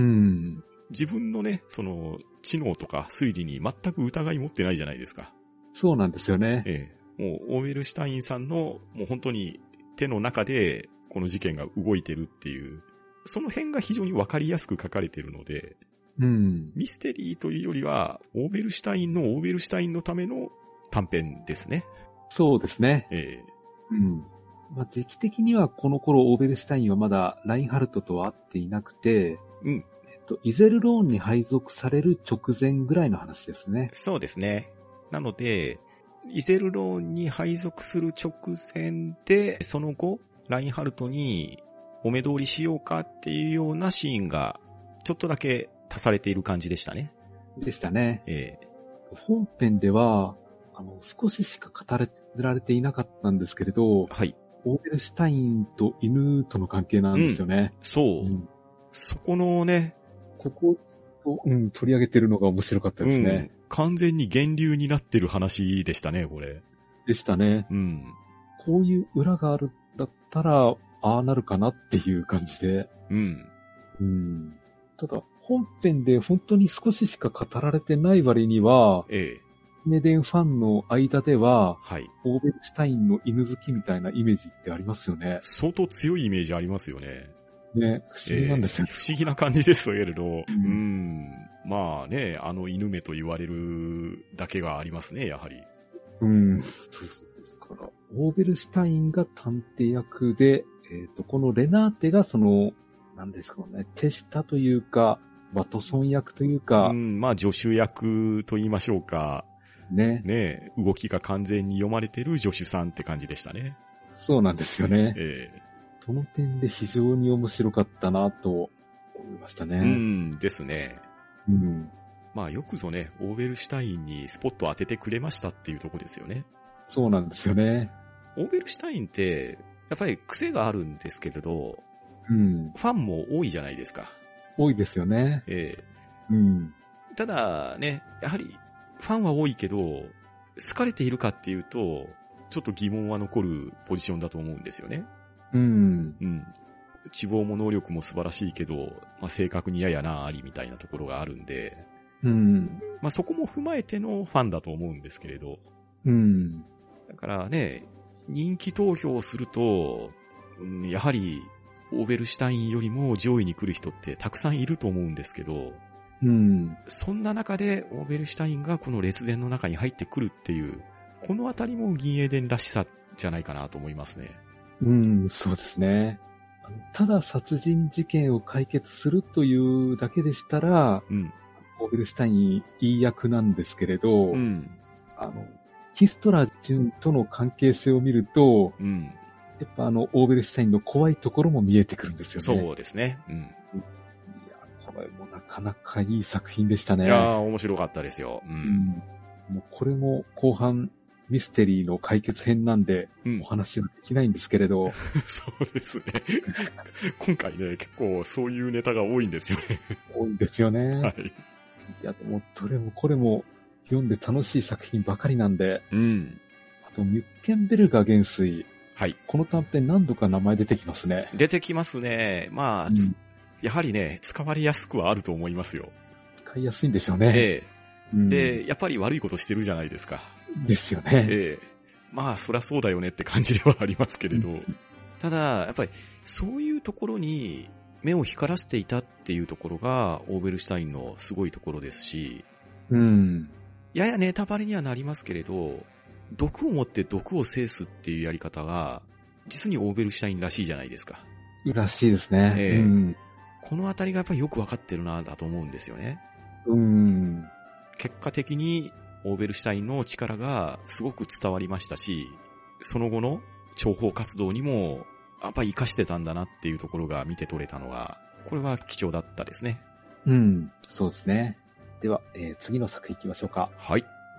A: 自分のね、その、知能とか推理に全く疑い持ってないじゃないですか。
B: そうなんですよね。
A: もう、オーベルシュタインさんの、もう本当に手の中で、この事件が動いてるっていう、その辺が非常にわかりやすく書かれてるので、
B: うん。
A: ミステリーというよりは、オーベルシュタインのオーベルシュタインのための短編ですね。
B: そうですね。うん。まあ、時期的にはこの頃オーベルシュタインはまだラインハルトとは会っていなくて、
A: うん。
B: イゼルローンに配属される直前ぐらいの話ですね。
A: そうですね。なので、イゼルローンに配属する直前で、その後、ラインハルトにお目通りしようかっていうようなシーンが、ちょっとだけ足されている感じでしたね。
B: でしたね。本編では、少ししか語られていなかったんですけれど、
A: はい。
B: オーベルシュタインと犬との関係なんですよね。
A: そう。そこのね、
B: ここを、取り上げてるのが面白かったですね。
A: 完全に源流になってる話でしたね、これ。
B: でしたね。こういう裏があるんだったら、ああなるかなっていう感じで。ただ、本編で本当に少ししか語られてない割には、メデンファンの間では、オーベルシュタインの犬好きみたいなイメージってありますよね。
A: 相当強いイメージありますよね。
B: ね、不思議なんですよ。
A: 不思議な感じですけれど、まあね、犬目と言われるだけがありますね、やはり。
B: そうですから、オーベルシュタインが探偵役で、このレナーテがなんですかね、手下というか、ワトソン役というか、
A: まあ助手役と言いましょうか。ね、動きが完全に読まれてる助手さんって感じでしたね。
B: そうなんですよね。その点で非常に面白かったなと思いましたね。
A: ですね。まあよくぞね、オーベルシュタインにスポット当ててくれましたっていうとこですよね。
B: そうなんですよね。
A: オーベルシュタインって、やっぱり癖があるんですけれど、ファンも多いじゃないですか。
B: 多いですよね。
A: ただね、やはりファンは多いけど、好かれているかっていうと、ちょっと疑問は残るポジションだと思うんですよね。知望も能力も素晴らしいけど、まあ、正確にややなありみたいなところがあるんで、まあ、そこも踏まえてのファンだと思うんですけれど、だからね、人気投票をすると、やはりオーベルシュタインよりも上位に来る人ってたくさんいると思うんですけど、そんな中でオーベルシュタインがこの列伝の中に入ってくるっていう、このあたりも銀英伝らしさじゃないかなと思いますね。
B: そうですね。ただ殺人事件を解決するというだけでしたら、オーベルシュタインいい役なんですけれど、ヒストラー純との関係性を見ると、やっぱオーベルシュタインの怖いところも見えてくるんですよね。
A: そうですね。
B: いや、これもなかなかいい作品でしたね。
A: いや、面白かったですよ。
B: もうこれも後半ミステリーの解決編なんで、お話はできないんですけれど。
A: そうですね。今回ね、結構そういうネタが多いんですよね。
B: 多いんですよね。いや、でもどれもこれも読んで楽しい作品ばかりなんで。あと、ミュッケンベルガー元帥。この短編何度か名前出てきますね。
A: 出てきますね。まあ、やはりね、使われやすくはあると思いますよ。
B: 使いやすいんでしょうね。
A: で、やっぱり悪いことしてるじゃないですか。
B: ですよね。
A: まあ、そりゃそうだよねって感じではありますけれど。ただ、やっぱり、そういうところに目を光らせていたっていうところが、オーベルシュタインのすごいところですし、ややネタバレにはなりますけれど、毒を持って毒を制すっていうやり方が、実にオーベルシュタインらしいじゃないですか。
B: らしいですね。
A: このあたりがやっぱりよくわかってるな、だと思うんですよね。結果的に、オーベルシュタインの力がすごく伝わりましたし、その後の諜報活動にも、やっぱり活かしてたんだなっていうところが見て取れたのが、これは貴重だったですね。
B: そうですね。 では、次の作品行きましょうか。
A: はい。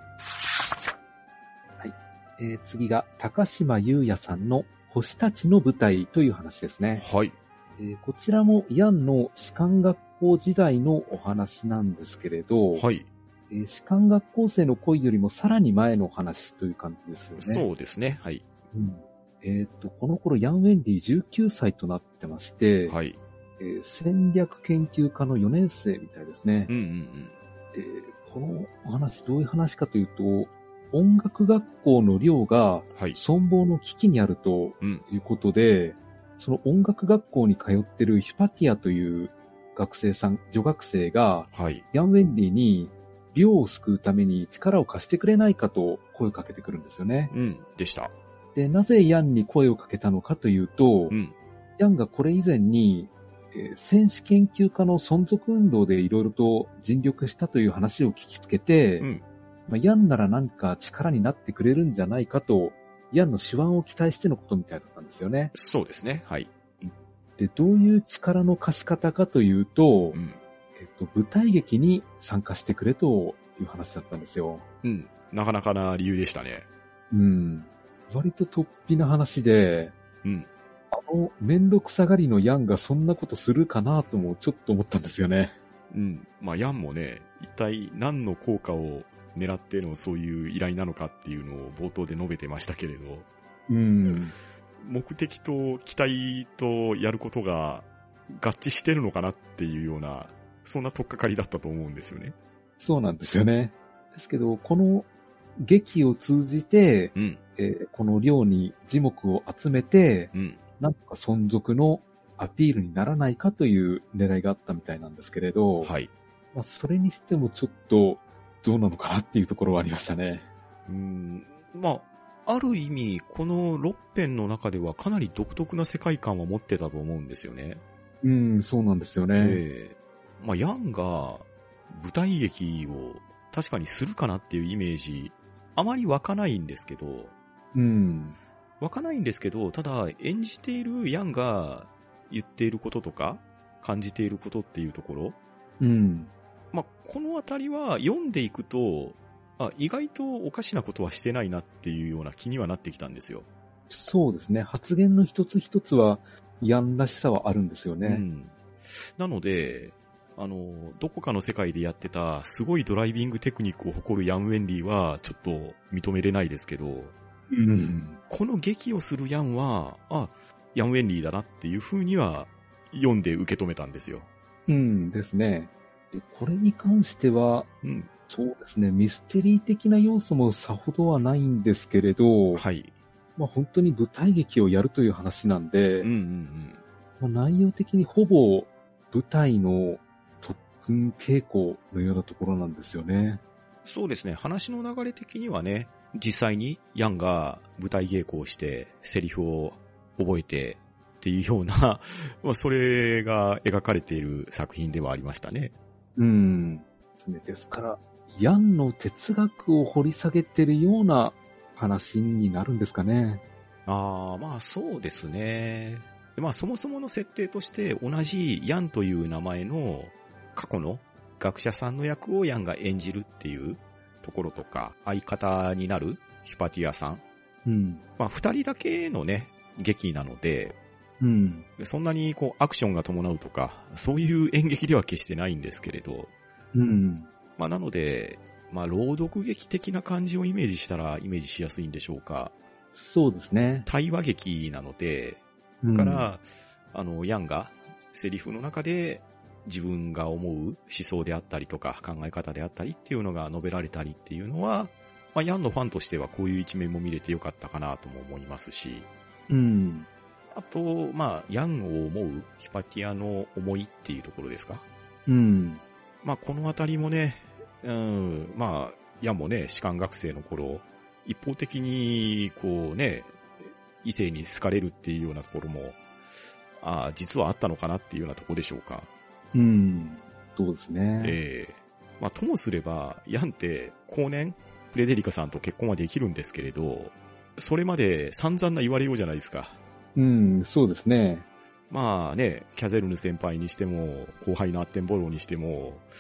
B: はい。次が、高島優也さんの星たちの舞台という話ですね。
A: はい。
B: こちらもヤンの士官学校時代のお話なんですけれど、
A: はい。
B: 士官学校生の恋よりもさらに前の話という感じですよね。
A: そうですね。はい。
B: うん。この頃ヤン・ウェンリー19歳となってまして、
A: はい。
B: 戦略研究科の4年生みたいですね。
A: うんうんうん。
B: このお話どういう話かというと、音楽学校の寮が存亡の危機にあるということで、その音楽学校に通っているヒパティアという学生さん、女学生が、ヤン・ウェンリーに寮を救うために力を貸してくれないかと声をかけてくるんですよね。
A: うん、でした。
B: で、なぜヤンに声をかけたのかというと、ヤンがこれ以前に、戦士研究家の存続運動でいろいろと尽力したという話を聞きつけて、ヤンなら何か力になってくれるんじゃないかと、ヤンの手腕を期待してのことみたいだったんですよね。
A: そうですね。はい。
B: で、どういう力の貸し方かというと、舞台劇に参加してくれという話だったんですよ。
A: うん。なかなかな理由でしたね。
B: うん。割と突飛な話で、めんどくさがりのヤンがそんなことするかなともちょっと思ったんですよね。
A: うん。まあ、ヤンもね、一体何の効果を狙ってのそういう依頼なのかっていうのを冒頭で述べてましたけれど。目的と期待とやることが合致してるのかなっていうような、そんな取っかかりだったと思うんですよね。
B: そうなんですよね。ですけど、この劇を通じて、この寮に耳目を集めて、なんとか存続のアピールにならないかという狙いがあったみたいなんですけれど、まあ、それにしてもちょっとどうなのかなっていうところはありましたね。
A: まあ、ある意味、この6編の中ではかなり独特な世界観は持ってたと思うんですよね。
B: そうなんですよね。
A: まあ、ヤンが舞台劇を確かにするかなっていうイメージ、あまり湧かないんですけど、湧かないんですけど、ただ演じているヤンが言っていることとか感じていることっていうところ、まあ、このあたりは読んでいくと、意外とおかしなことはしてないなっていうような気にはなってきたんですよ。
B: そうですね。発言の一つ一つはヤンらしさはあるんですよね。
A: なので、どこかの世界でやってたすごいドライビングテクニックを誇るヤン・ウェンリーはちょっと認めれないですけど、この劇をするヤンは、ヤン・ウェンリーだなっていう風には読んで受け止めたんですよ。
B: ですね。で、これに関しては、そうですね、ミステリー的な要素もさほどはないんですけれど、まあ本当に舞台劇をやるという話なんで、まあ、内容的にほぼ舞台の特訓稽古のようなところなんですよね。
A: そうですね、話の流れ的にはね、実際にヤンが舞台稽古をしてセリフを覚えてっていうような、まあそれが描かれている作品ではありましたね。
B: ですから、ヤンの哲学を掘り下げているような話になるんですかね。
A: まあそうですね。まあそもそもの設定として同じヤンという名前の過去の学者さんの役をヤンが演じるっていうところとか、相方になるヒパティアさん。まあ二人だけのね、劇なので、そんなにこうアクションが伴うとか、そういう演劇では決してないんですけれど、まあなので、まあ朗読劇的な感じをイメージしたらイメージしやすいんでしょうか。
B: そうですね。
A: 対話劇なので、だから、ヤンがセリフの中で自分が思う思想であったりとか考え方であったりっていうのが述べられたりっていうのは、まあヤンのファンとしてはこういう一面も見れてよかったかなとも思いますし、あと、まあヤンを思うヒパティアの思いっていうところですか。まあこのあたりもね、まあヤンもね、士官学生の頃、一方的にこうね、異性に好かれるっていうようなところも、実はあったのかなっていうようなところでしょうか。
B: そうですね。
A: まあともすれば、ヤンって後年、フレデリカさんと結婚はできるんですけれど、それまで散々な言われようじゃないですか。
B: そうですね。
A: まあね、キャゼルヌ先輩にしても、後輩のアッテンボローにしても、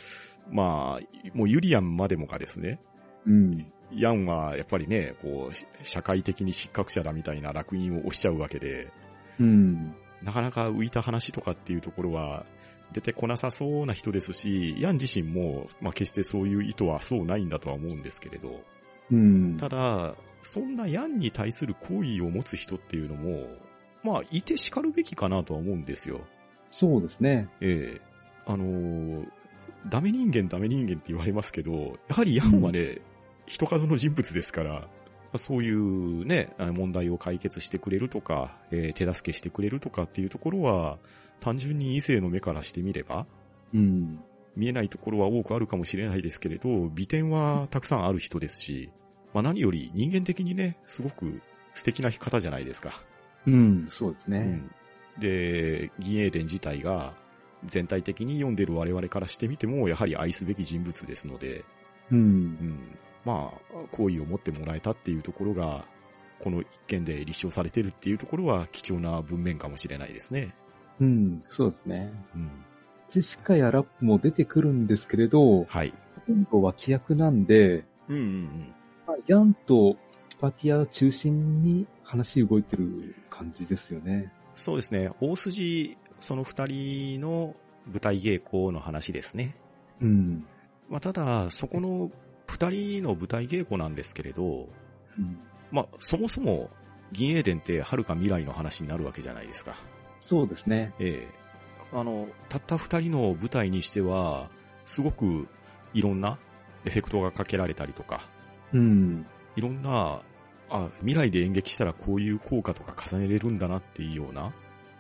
A: まあ、もうユリアンまでもがですね、
B: うん。
A: ヤンはやっぱりね、こう、社会的に失格者だみたいな烙印を押しちゃうわけで、
B: うん。
A: なかなか浮いた話とかっていうところは出てこなさそうな人ですし、ヤン自身も、まあ決してそういう意図はそうないんだとは思うんですけれど、
B: うん。
A: ただ、そんなヤンに対する好意を持つ人っていうのも、まあ、いて叱るべきかなとは思うんですよ。
B: そうですね。
A: ええ。ダメ人間って言われますけど、やはりヤンはね、人角の人物ですから、そういうね、問題を解決してくれるとか、手助けしてくれるとかっていうところは、単純に異性の目からしてみれば、
B: うん。
A: 見えないところは多くあるかもしれないですけれど、美点はたくさんある人ですし、まあ何より人間的にね、すごく素敵な方じゃないですか。
B: うん、そうですね。
A: うん、で、銀英伝自体が全体的に読んでる我々からしてみても、やはり愛すべき人物ですので、
B: うん。
A: うん、まあ、好意を持ってもらえたっていうところが、この一件で立証されてるっていうところは貴重な文面かもしれないですね。
B: うん、そうですね。
A: うん。
B: ジェシカやラップも出てくるんですけれど、
A: はい。
B: ほとんど脇役なんで、
A: うんうんうん。
B: まあ、ヤンとパティア中心に話動いてる感じですよね。
A: そうですね。大筋、その二人の舞台稽古の話ですね。
B: うん。
A: まあ、ただ、そこの二人の舞台稽古なんですけれど、
B: うん、
A: まあ、そもそも、銀英伝って遥か未来の話になるわけじゃないですか。
B: そうですね。
A: ええ。たった二人の舞台にしては、すごくいろんなエフェクトがかけられたりとか、
B: うん。
A: いろんな、未来で演劇したらこういう効果とか重ねれるんだなっていうような、
B: うん。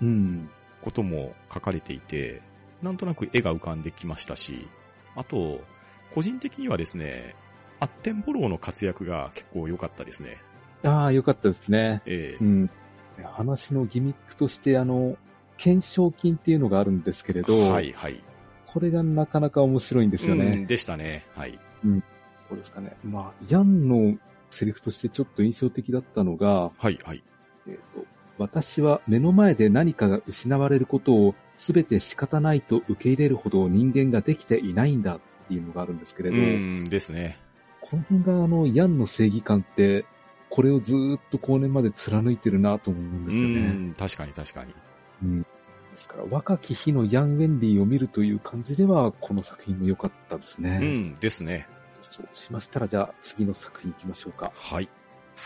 A: ことも書かれていて、なんとなく絵が浮かんできましたし、あと、個人的にはですね、アッテンボローの活躍が結構良かったですね。
B: ああ、よかったですね。
A: ええ。
B: うん。話のギミックとして、懸賞金っていうのがあるんですけれど、
A: はいはい。
B: これがなかなか面白いんですよね。
A: うん、でしたね。はい。
B: うん。そうですかね。まあ、ヤンのセリフとしてちょっと印象的だったのが、
A: はいはい。
B: 私は目の前で何かが失われることを全て仕方ないと受け入れるほど人間ができていないんだっていうのがあるんですけれど、
A: ですね。
B: この辺がヤンの正義感って、これをずーっと後年まで貫いてるなと思うんですよね。
A: 確かに確かに。
B: うん。ですから、若き日のヤン・ウェンリーを見るという感じでは、この作品も良かったですね。
A: ですね。
B: そうしましたら、じゃあ次の作品行きましょうか。
A: はい。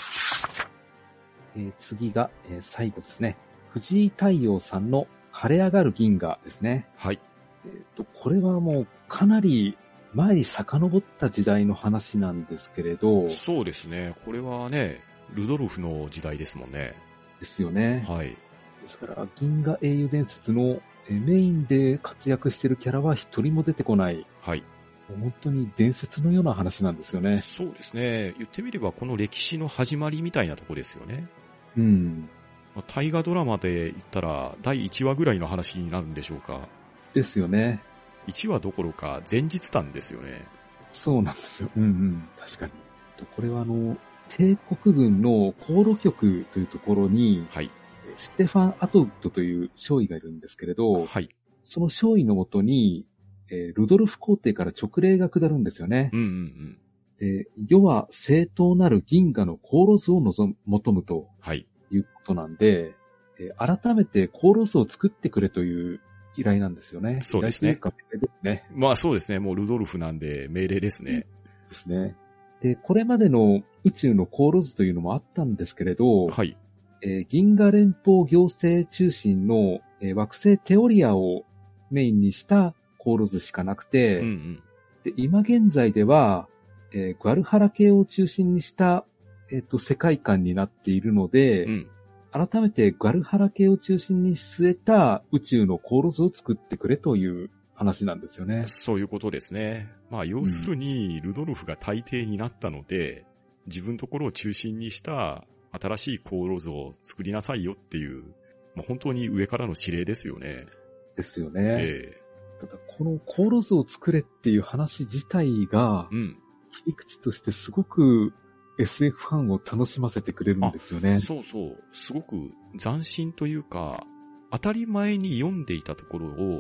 B: 次が、最後ですね。藤井太陽さんの晴れ上がる銀河ですね。
A: はい。
B: これはもうかなり前に遡った時代の話なんですけれど。
A: そうですね。これはね、ルドルフの時代ですもんね。
B: ですよね。
A: はい。
B: ですから、銀河英雄伝説のメインで活躍しているキャラは一人も出てこない。
A: はい。
B: 本当に伝説のような話なんですよね。
A: そうですね。言ってみればこの歴史の始まりみたいなとこですよね。
B: うん。
A: 大河ドラマで言ったら第1話ぐらいの話になるんでしょうか。
B: ですよね。
A: 1話どころか前日談ですよね。
B: そうなんですよ。うんうん。確かに。これは帝国軍の航路局というところに、
A: はい。
B: ステファン・アトウッドという少尉がいるんですけれど、
A: はい。
B: その少尉のもとに、ルドルフ皇帝から直令が下るんですよね。世は正当なる銀河の航路図を求むということなんで、改めて航路図を作ってくれという依頼なんですよね。
A: そうですね。
B: 依頼というか命令ですね。
A: まあそうですね。もうルドルフなんで命令ですね。
B: ですね。で、これまでの宇宙の航路図というのもあったんですけれど、
A: はい。
B: 銀河連邦行政中心の、惑星テオリアをメインにした航路図しかなくて、で今現在では、グアルハラ系を中心にした、世界観になっているので、改めてグアルハラ系を中心に据えた宇宙の航路図を作ってくれという話なんですよね。
A: そういうことですね。まあ要するに、ルドルフが大帝になったので、自分のところを中心にした新しい航路図を作りなさいよっていう、まあ、本当に上からの指令ですよね。
B: ですよね。ただこの航路図を作れっていう話自体が、切り口としてすごく SF ファンを楽しませてくれるんですよね。
A: そうそう。すごく斬新というか、当たり前に読んでいたところを、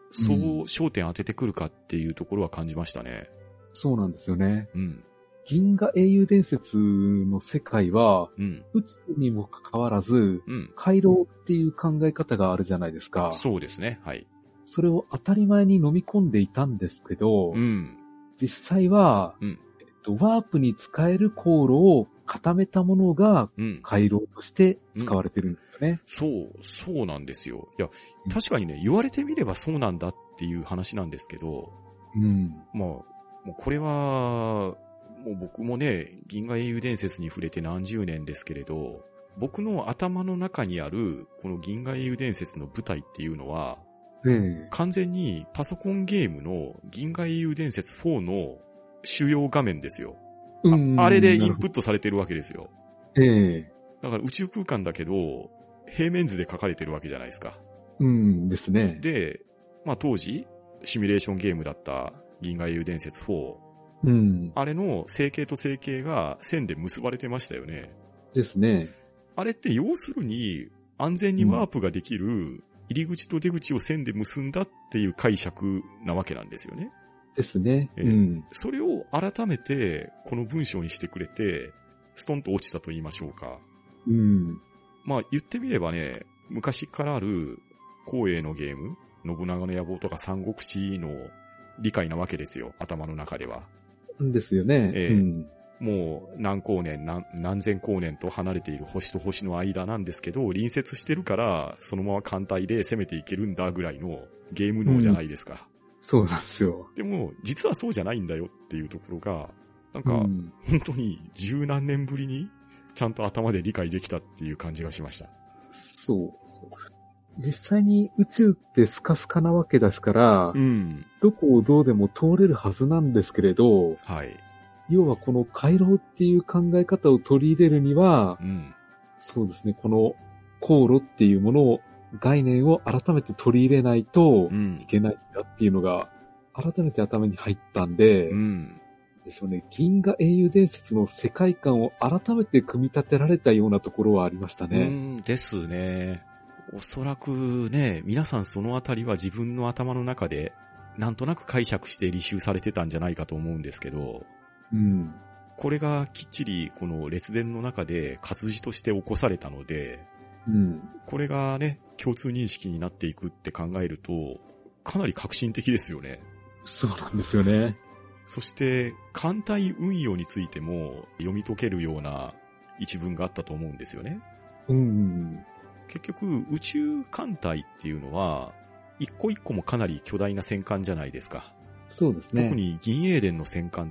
A: そう焦点当ててくるかっていうところは感じましたね。
B: そうなんですよね。
A: うん。
B: 銀河英雄伝説の世界は、
A: うん、
B: 宇宙にもかかわらず、回廊っていう考え方があるじゃないですか。
A: そうですね。はい。
B: それを当たり前に飲み込んでいたんですけど、実際は、ワープに使える航路を固めたものが回廊として使われてるんですよね。
A: そうなんですよ。いや、確かにね、言われてみればそうなんだっていう話なんですけど、まあ、もうこれは、もう僕もね、銀河英雄伝説に触れて何十年ですけれど、僕の頭の中にあるこの銀河英雄伝説の舞台っていうのは、完全にパソコンゲームの銀河英雄伝説4の主要画面ですよ。あれでインプットされてるわけですよ。だから宇宙空間だけど、平面図で書かれてるわけじゃないですか。
B: ですね。
A: で、まあ当時、シミュレーションゲームだった銀河英雄伝説4、あれの成形と成形が線で結ばれてましたよね。
B: ですね。
A: あれって要するに安全にワープができる入り口と出口を線で結んだっていう解釈なわけなんですよね。
B: ですね。
A: それを改めてこの文章にしてくれて、ストンと落ちたと言いましょうか。まあ言ってみればね、昔からある光栄のゲーム、信長の野望とか三国志の理解なわけですよ、頭の中では。
B: ですよね。
A: もう何光年何千光年と離れている星と星の間なんですけど、隣接してるからそのまま艦隊で攻めていけるんだぐらいのゲーム脳じゃないですか。
B: そうなんですよ。
A: でも実はそうじゃないんだよっていうところが、なんか本当に十何年ぶりにちゃんと頭で理解できたっていう感じがしました。
B: そう。実際に宇宙ってスカスカなわけですから、どこをどうでも通れるはずなんですけれど、要はこの回廊っていう考え方を取り入れるには、そうですね、この航路っていうものを、概念を改めて取り入れないといけないんだっていうのが、改めて頭に入ったんで、ですよね、銀河英雄伝説の世界観を改めて組み立てられたようなところはありましたね。
A: ですね。おそらくね、皆さんそのあたりは自分の頭の中でなんとなく解釈して履修されてたんじゃないかと思うんですけど、これがきっちりこの列伝の中で活字として起こされたので、これがね、共通認識になっていくって考えると、かなり革新的ですよね。
B: そうなんですよね。
A: そして、艦隊運用についても読み解けるような一文があったと思うんですよね。結局、宇宙艦隊っていうのは、一個一個もかなり巨大な戦艦じゃないですか。
B: そうですね。
A: 特に銀英伝の戦艦って、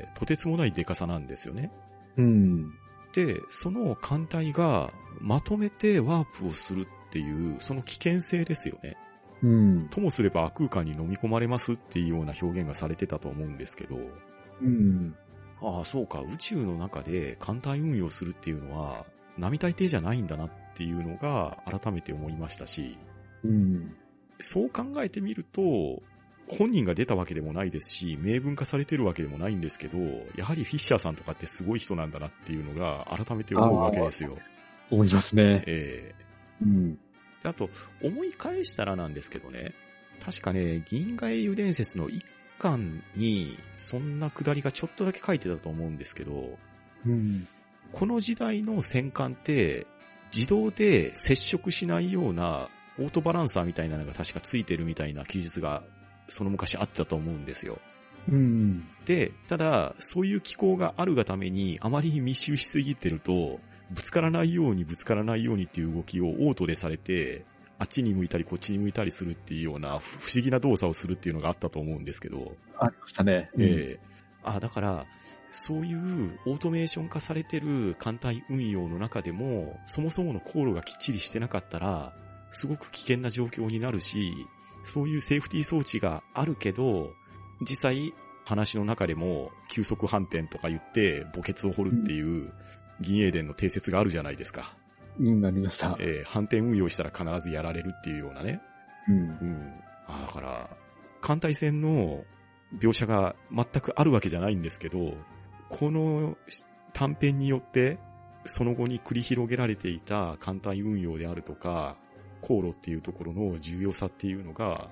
A: とてつもないデカさなんですよね。で、その艦隊がまとめてワープをするっていう、その危険性ですよね。ともすれば空間に飲み込まれますっていうような表現がされてたと思うんですけど、ああ、そうか、宇宙の中で艦隊運用するっていうのは、並大抵じゃないんだなっていうのが改めて思いましたし、そう考えてみると、本人が出たわけでもないですし、明文化されてるわけでもないんですけど、やはりフィッシャーさんとかってすごい人なんだなっていうのが改めて思うわけですよ。
B: 思いますね。
A: あと、思い返したらなんですけどね、確かね、銀河英雄伝説の一巻に、そんなくだりがちょっとだけ書いてたと思うんですけど、この時代の戦艦って、自動で接触しないようなオートバランサーみたいなのが確かついてるみたいな記述がその昔あったと思うんですよ。で、ただ、そういう機構があるがためにあまりに密集しすぎてると、ぶつからないようにっていう動きをオートでされて、あっちに向いたりこっちに向いたりするっていうような不思議な動作をするっていうのがあったと思うんですけど。
B: ありましたね。
A: だから、そういうオートメーション化されてる艦隊運用の中でも、そもそもの航路がきっちりしてなかったら、すごく危険な状況になるし、そういうセーフティー装置があるけど、実際話の中でも急速反転とか言って墓穴を掘るっていう銀英伝の定説があるじゃないですか。
B: ありました。
A: 反転運用したら必ずやられるっていうようなね。だから、艦隊戦の描写が全くあるわけじゃないんですけど、この短編によって、その後に繰り広げられていた艦隊運用であるとか、航路っていうところの重要さっていうのが、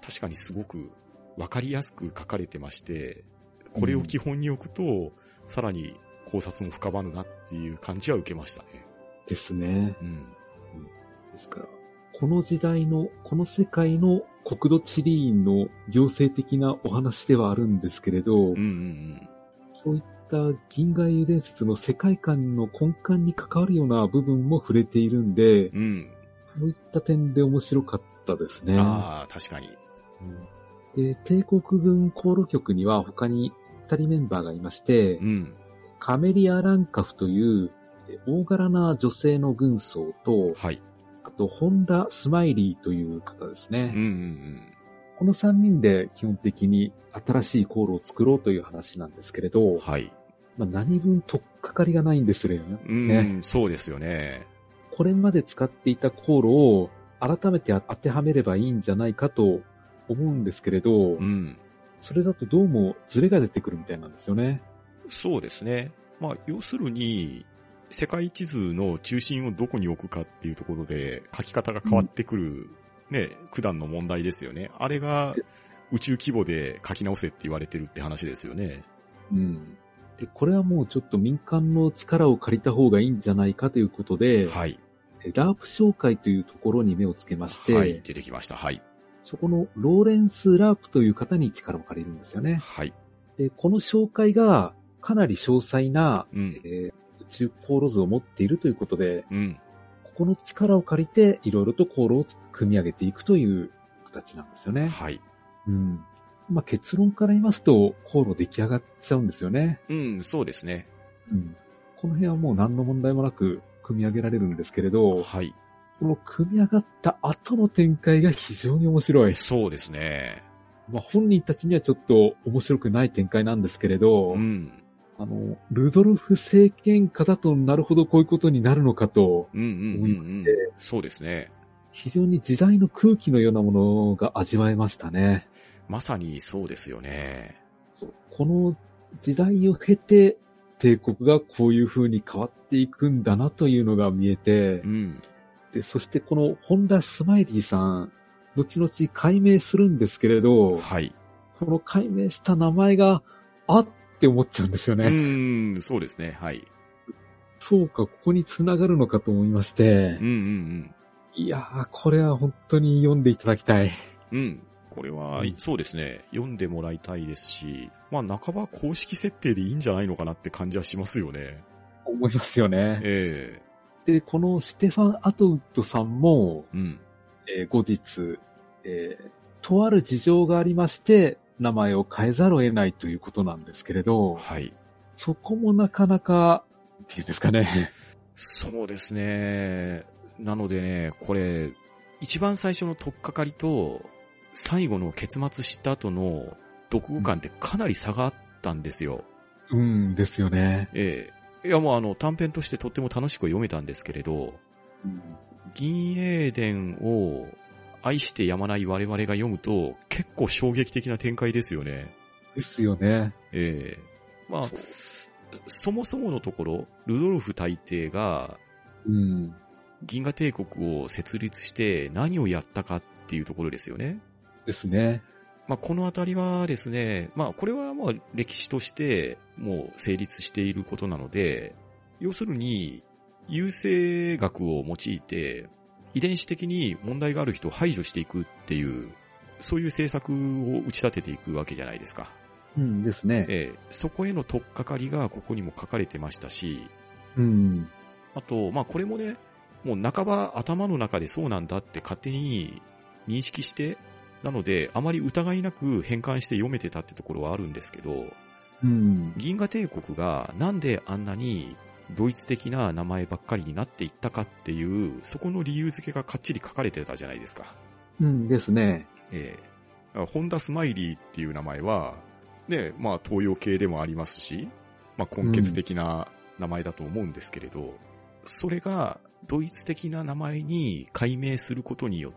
A: 確かにすごくわかりやすく書かれてまして、これを基本に置くと、さらに考察も深まるなっていう感じは受けましたね。
B: ですね。
A: うん。
B: ですから、この時代の、この世界の国土地理院の行政的なお話ではあるんですけれど、そういった銀河英雄伝説の世界観の根幹に関わるような部分も触れているんで、そういった点で面白かったですね。
A: ああ、確かに。
B: で、帝国軍航路局には他に2人メンバーがいまして、カメリア・ランカフという大柄な女性の軍曹と、あと、本田スマイリーという方ですね。この3人で基本的に新しい航路を作ろうという話なんですけれど、何分取っかかりがないんですよね。
A: そうですよね。
B: これまで使っていた航路を改めて当てはめればいいんじゃないかと思うんですけれど、それだとどうもズレが出てくるみたいなんですよね。
A: そうですね。まあ、要するに、世界地図の中心をどこに置くかっていうところで書き方が変わってくる、九段の問題ですよね。あれが宇宙規模で書き直せって言われてるって話ですよね。
B: で、これはもうちょっと民間の力を借りた方がいいんじゃないかということで、ラープ商会というところに目をつけまして、
A: 出てきました。
B: そこのローレンス・ラープという方に力を借りるんですよね。で、この商会がかなり詳細な、宇宙航路図を持っているということで、ここの力を借りていろいろと航路を組み上げていくという形なんですよね。まあ、結論から言いますと、航路出来上がっちゃうんですよね。
A: そうですね。
B: この辺はもう何の問題もなく組み上げられるんですけれど、この組み上がった後の展開が非常に面白い。
A: そうですね。
B: まあ、本人たちにはちょっと面白くない展開なんですけれど、ルドルフ政権下だとなるほどこういうことになるのかと思いまして、
A: そうですね。
B: 非常に時代の空気のようなものが味わえましたね。
A: まさにそうですよね。
B: この時代を経て帝国がこういう風に変わっていくんだなというのが見えて、でそしてこの本田スマイリーさん、後々解明するんですけれど、この解明した名前がって思っちゃうんですよね。
A: そうですね。
B: そうか、ここに繋がるのかと思いまして。いやー、これは本当に読んでいただきたい。
A: これは、そうですね。読んでもらいたいですし、まあ、半ば公式設定でいいんじゃないのかなって感じはしますよね。
B: 思いますよね。で、このステファン・アトウッドさんも、後日、とある事情がありまして、名前を変えざるを得ないということなんですけれど、そこもなかなか、っていうんですかね。
A: そうですね。なのでね、これ、一番最初の取っかかりと、最後の結末した後の読後感ってかなり差があったんですよ。
B: ですよね。
A: いやもう短編としてとっても楽しく読めたんですけれど、銀英伝を愛してやまない我々が読むと結構衝撃的な展開ですよね。
B: ですよね。
A: まあ、そもそものところ、ルドルフ大帝が、銀河帝国を設立して何をやったかっていうところですよね。
B: ですね。
A: まあ、このあたりはですね、まあ、これはもう歴史としてもう成立していることなので、要するに、優生学を用いて、遺伝子的に問題がある人を排除していくっていう、そういう政策を打ち立てていくわけじゃないですか。
B: ですね。
A: そこへの取っかかりがここにも書かれてましたし、あと、まあ、これもね、もう半ば頭の中でそうなんだって勝手に認識して、なので、あまり疑いなく変換して読めてたってところはあるんですけど、銀河帝国がなんであんなにドイツ的な名前ばっかりになっていったかっていう、そこの理由付けがかっちり書かれてたじゃないですか。
B: ですね。
A: ホンダスマイリーっていう名前は、ね、まあ東洋系でもありますし、まあ根血的な名前だと思うんですけれど、それがドイツ的な名前に改名することによって、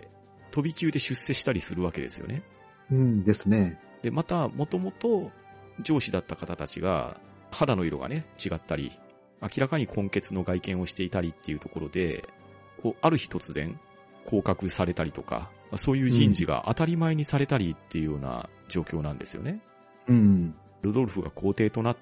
A: 飛び級で出世したりするわけですよね。
B: ですね。
A: で、また、もともと上司だった方たちが、肌の色がね、違ったり、明らかに根血の外見をしていたりっていうところで、こう、ある日突然、降格されたりとか、 そういう人事が当たり前にされたりっていうような状況なんですよね。
B: うん。
A: ルドルフが皇帝となって、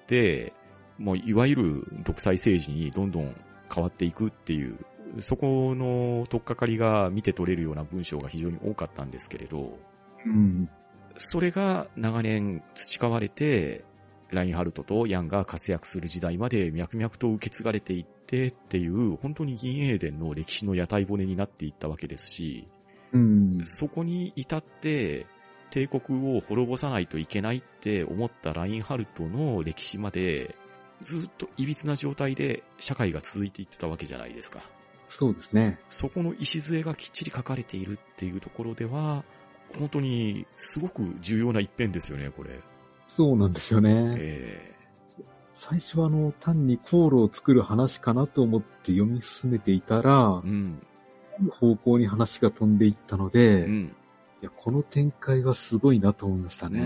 A: もういわゆる独裁政治にどんどん変わっていくっていう、そこの取っかかりが見て取れるような文章が非常に多かったんですけれど、
B: うん。
A: それが長年培われて、ラインハルトとヤンが活躍する時代まで脈々と受け継がれていってっていう、本当に銀英伝の歴史の屋台骨になっていったわけですし、
B: うん、
A: そこに至って帝国を滅ぼさないといけないって思ったラインハルトの歴史までずっと歪な状態で社会が続いていってたわけじゃないですか。
B: そうですね。
A: そこの礎がきっちり書かれているっていうところでは、本当にすごく重要な一編ですよね、これ。
B: そうなんですよね。最初は単に航路を作る話かなと思って読み進めていたら、
A: うん。
B: 方向に話が飛んでいったので、
A: うん。
B: いや、この展開はすごいなと思いましたね。
A: うん、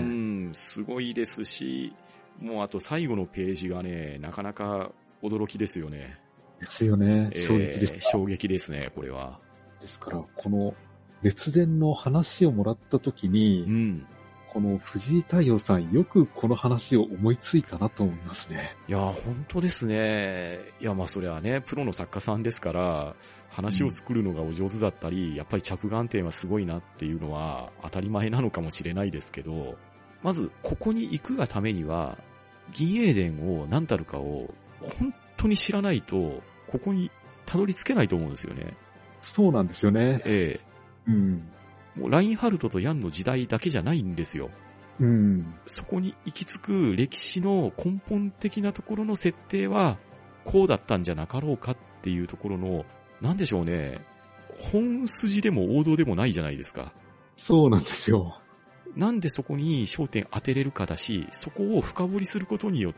A: すごいですし、もうあと最後のページがね、なかなか驚きですよね。
B: ですよね。衝撃です。
A: 衝撃ですね、これは。
B: ですから、この列伝の話をもらったときに、
A: うん。
B: この藤井太陽さん、よくこの話を思いついたなと思いますね。
A: いや、本当ですね。いや、まあそれはね、プロの作家さんですから、話を作るのがお上手だったり、やっぱり着眼点はすごいなっていうのは当たり前なのかもしれないですけど、まず、ここに行くがためには、銀英伝を何たるかを本当に知らないと、ここにたどり着けないと思うんですよね。
B: そうなんですよね。うん。
A: もうラインハルトとヤンの時代だけじゃないんですよ。
B: うん。
A: そこに行き着く歴史の根本的なところの設定は、こうだったんじゃなかろうかっていうところの、なんでしょうね。本筋でも王道でもないじゃないですか。
B: そうなんですよ。
A: なんでそこに焦点当てれるかだし、そこを深掘りすることによって、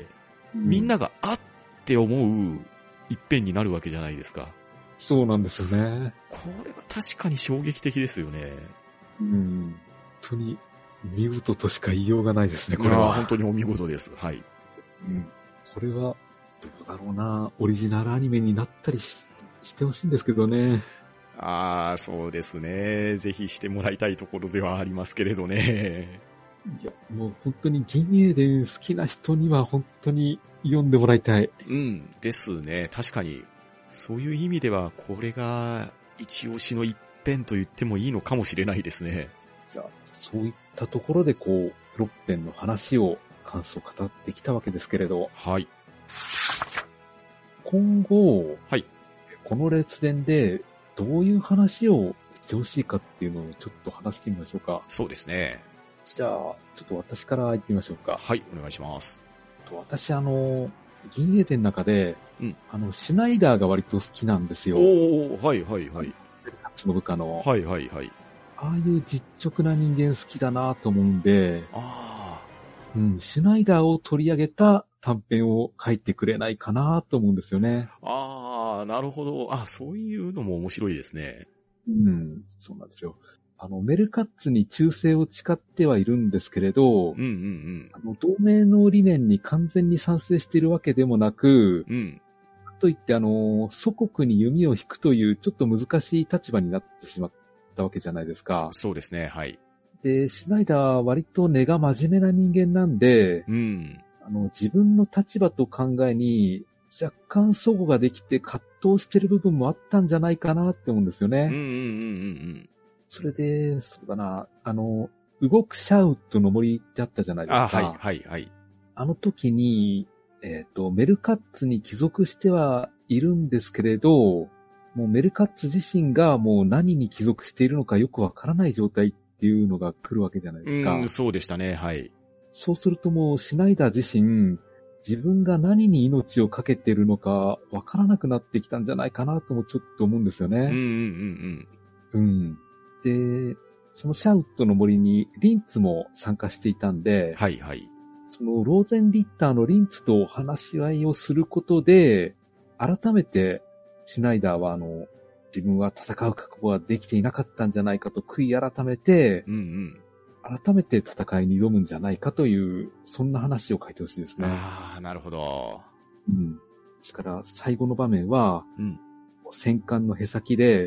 A: みんながあって思う一辺になるわけじゃないですか。
B: そうなんですよね。
A: これは確かに衝撃的ですよね。
B: 本当に見事としか言いようがないですね、これは。
A: 本当にお見事です。はい。
B: これは、どうだろうな、オリジナルアニメになったりしてほしいんですけどね。
A: そうですね。ぜひしてもらいたいところではありますけれどね。
B: いや、もう本当に銀英伝好きな人には本当に読んでもらいたい。
A: ですね。確かに。そういう意味では、これが一押しの一編と言ってもいいのかもしれないですね。
B: じゃあ、そういったところで6編の話を感想を語ってきたわけですけれど。
A: はい。
B: 今後、
A: はい。
B: この列伝でどういう話をしてほしいかっていうのをちょっと話してみましょうか。
A: そうですね。
B: じゃあ、ちょっと私から言ってみましょうか。
A: はい、お願いします。
B: 私銀英伝の中で、シュナイダーが割と好きなんですよ。
A: はいはいはい。
B: その部下の。
A: はいはいはい。
B: ああいう実直な人間好きだなと思うんで、シュナイダーを取り上げた短編を書いてくれないかなと思うんですよね。
A: なるほど。そういうのも面白いですね。
B: そうなんですよ。メルカッツに忠誠を誓ってはいるんですけれど、同盟の理念に完全に賛成しているわけでもなく、といって祖国に弓を引くというちょっと難しい立場になってしまったわけじゃないですか。
A: そうですね、はい。
B: で、シュナイダーは割と根が真面目な人間なんで、自分の立場と考えに若干齟齬ができて葛藤してる部分もあったんじゃないかなって思うんですよね。それで、そうだな、動くシャウトの森ってあったじゃないですか。
A: はい。
B: あの時に、メルカッツに帰属してはいるんですけれど、もうメルカッツ自身がもう何に帰属しているのかよくわからない状態っていうのが来るわけじゃないですか。
A: そうでしたね、はい。
B: そうするともうシュナイダー自身、自分が何に命をかけているのかわからなくなってきたんじゃないかなともちょっと思うんですよね。で、そのシャウトの森にリンツも参加していたんで、そのローゼンリッターのリンツと話し合いをすることで、改めてシュナイダーは自分は戦う覚悟ができていなかったんじゃないかと悔い改めて、改めて戦いに挑むんじゃないかという、そんな話を書いてほしいですね。
A: なるほど。
B: ですから最後の場面は、戦艦のへさきで、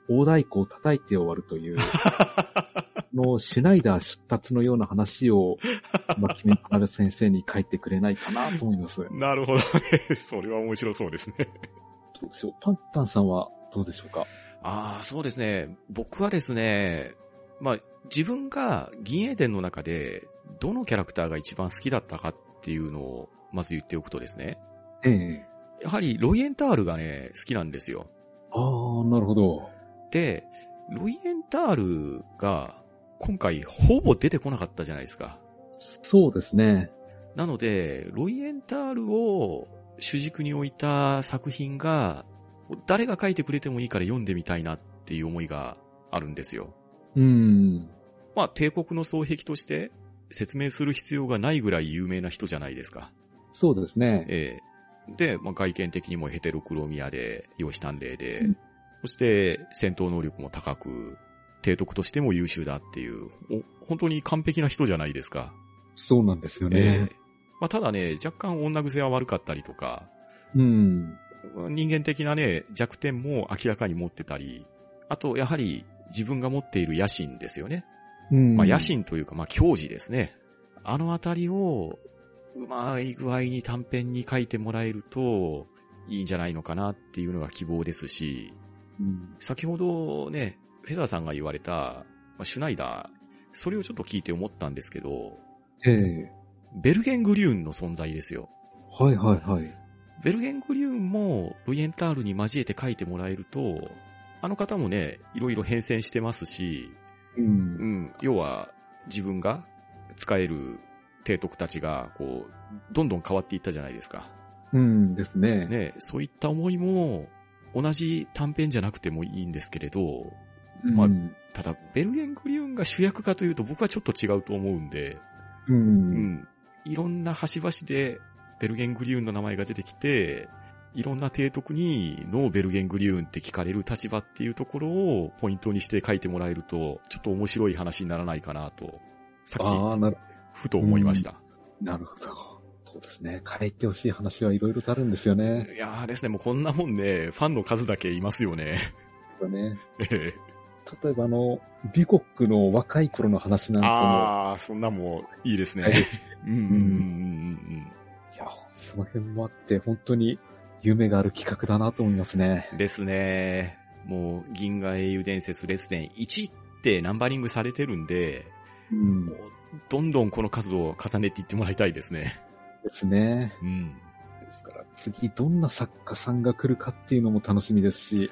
B: 大太鼓を叩いて終わるという、シュナイダー出立のような話を、君の花先生に書いてくれないかなと思います。
A: なるほどね。それは面白そうですね。
B: どうでしょう。パンタンさんはどうでしょうか。
A: そうですね。僕はですね、自分が銀英伝の中で、どのキャラクターが一番好きだったかっていうのを、まず言っておくとですね。やはり、ロイエンタールがね、好きなんですよ。
B: なるほど。
A: で、ロイエンタールが、今回、ほぼ出てこなかったじゃないですか。
B: そうですね。
A: なので、ロイエンタールを主軸に置いた作品が、誰が書いてくれてもいいから読んでみたいなっていう思いがあるんですよ。帝国の双璧として説明する必要がないぐらい有名な人じゃないですか。
B: そうですね。
A: で、外見的にもヘテロクロミアで、容姿端麗で、そして戦闘能力も高く、提督としても優秀だっていう、本当に完璧な人じゃないですか。
B: そうなんですよね。
A: ただね、若干女癖は悪かったりとか、人間的なね、弱点も明らかに持ってたり、あと、やはり自分が持っている野心ですよね。野心というか、矜持ですね。あのあたりを、うまい具合に短編に書いてもらえると、いいんじゃないのかなっていうのが希望ですし、先ほどね、フェザーさんが言われた、シュナイダー、それをちょっと聞いて思ったんですけど、ベルゲングリューンの存在ですよ。ベルゲングリューンもロイエンタールに交えて書いてもらえると、あの方もね、いろいろ変遷してますし、要は自分が使える提督たちが、どんどん変わっていったじゃないですか。
B: ですね。
A: ね、そういった思いも、同じ短編じゃなくてもいいんですけれど、ただ、ベルゲングリューンが主役かというと僕はちょっと違うと思うんで、いろんな端々でベルゲングリューンの名前が出てきて、いろんな提督にノーベルゲングリューンって聞かれる立場っていうところをポイントにして書いてもらえると、ちょっと面白い話にならないかなと、さっき、ふと思いました。
B: なるほど。そうですね。書いてほしい話はいろいろとあるんですよね。
A: いやーですね、もうこんなもんね、ファンの数だけいますよね。
B: そうだね。例えばビコックの若い頃の話なんかも。
A: そんなもいいですね。い
B: や、その辺もあって、本当に夢がある企画だなと思いますね。
A: ですね。もう、銀河英雄伝説レスデン1ってナンバリングされてるんで、もうどんどんこの数を重ねていってもらいたいですね。
B: ですね。ですから、次どんな作家さんが来るかっていうのも楽しみですし。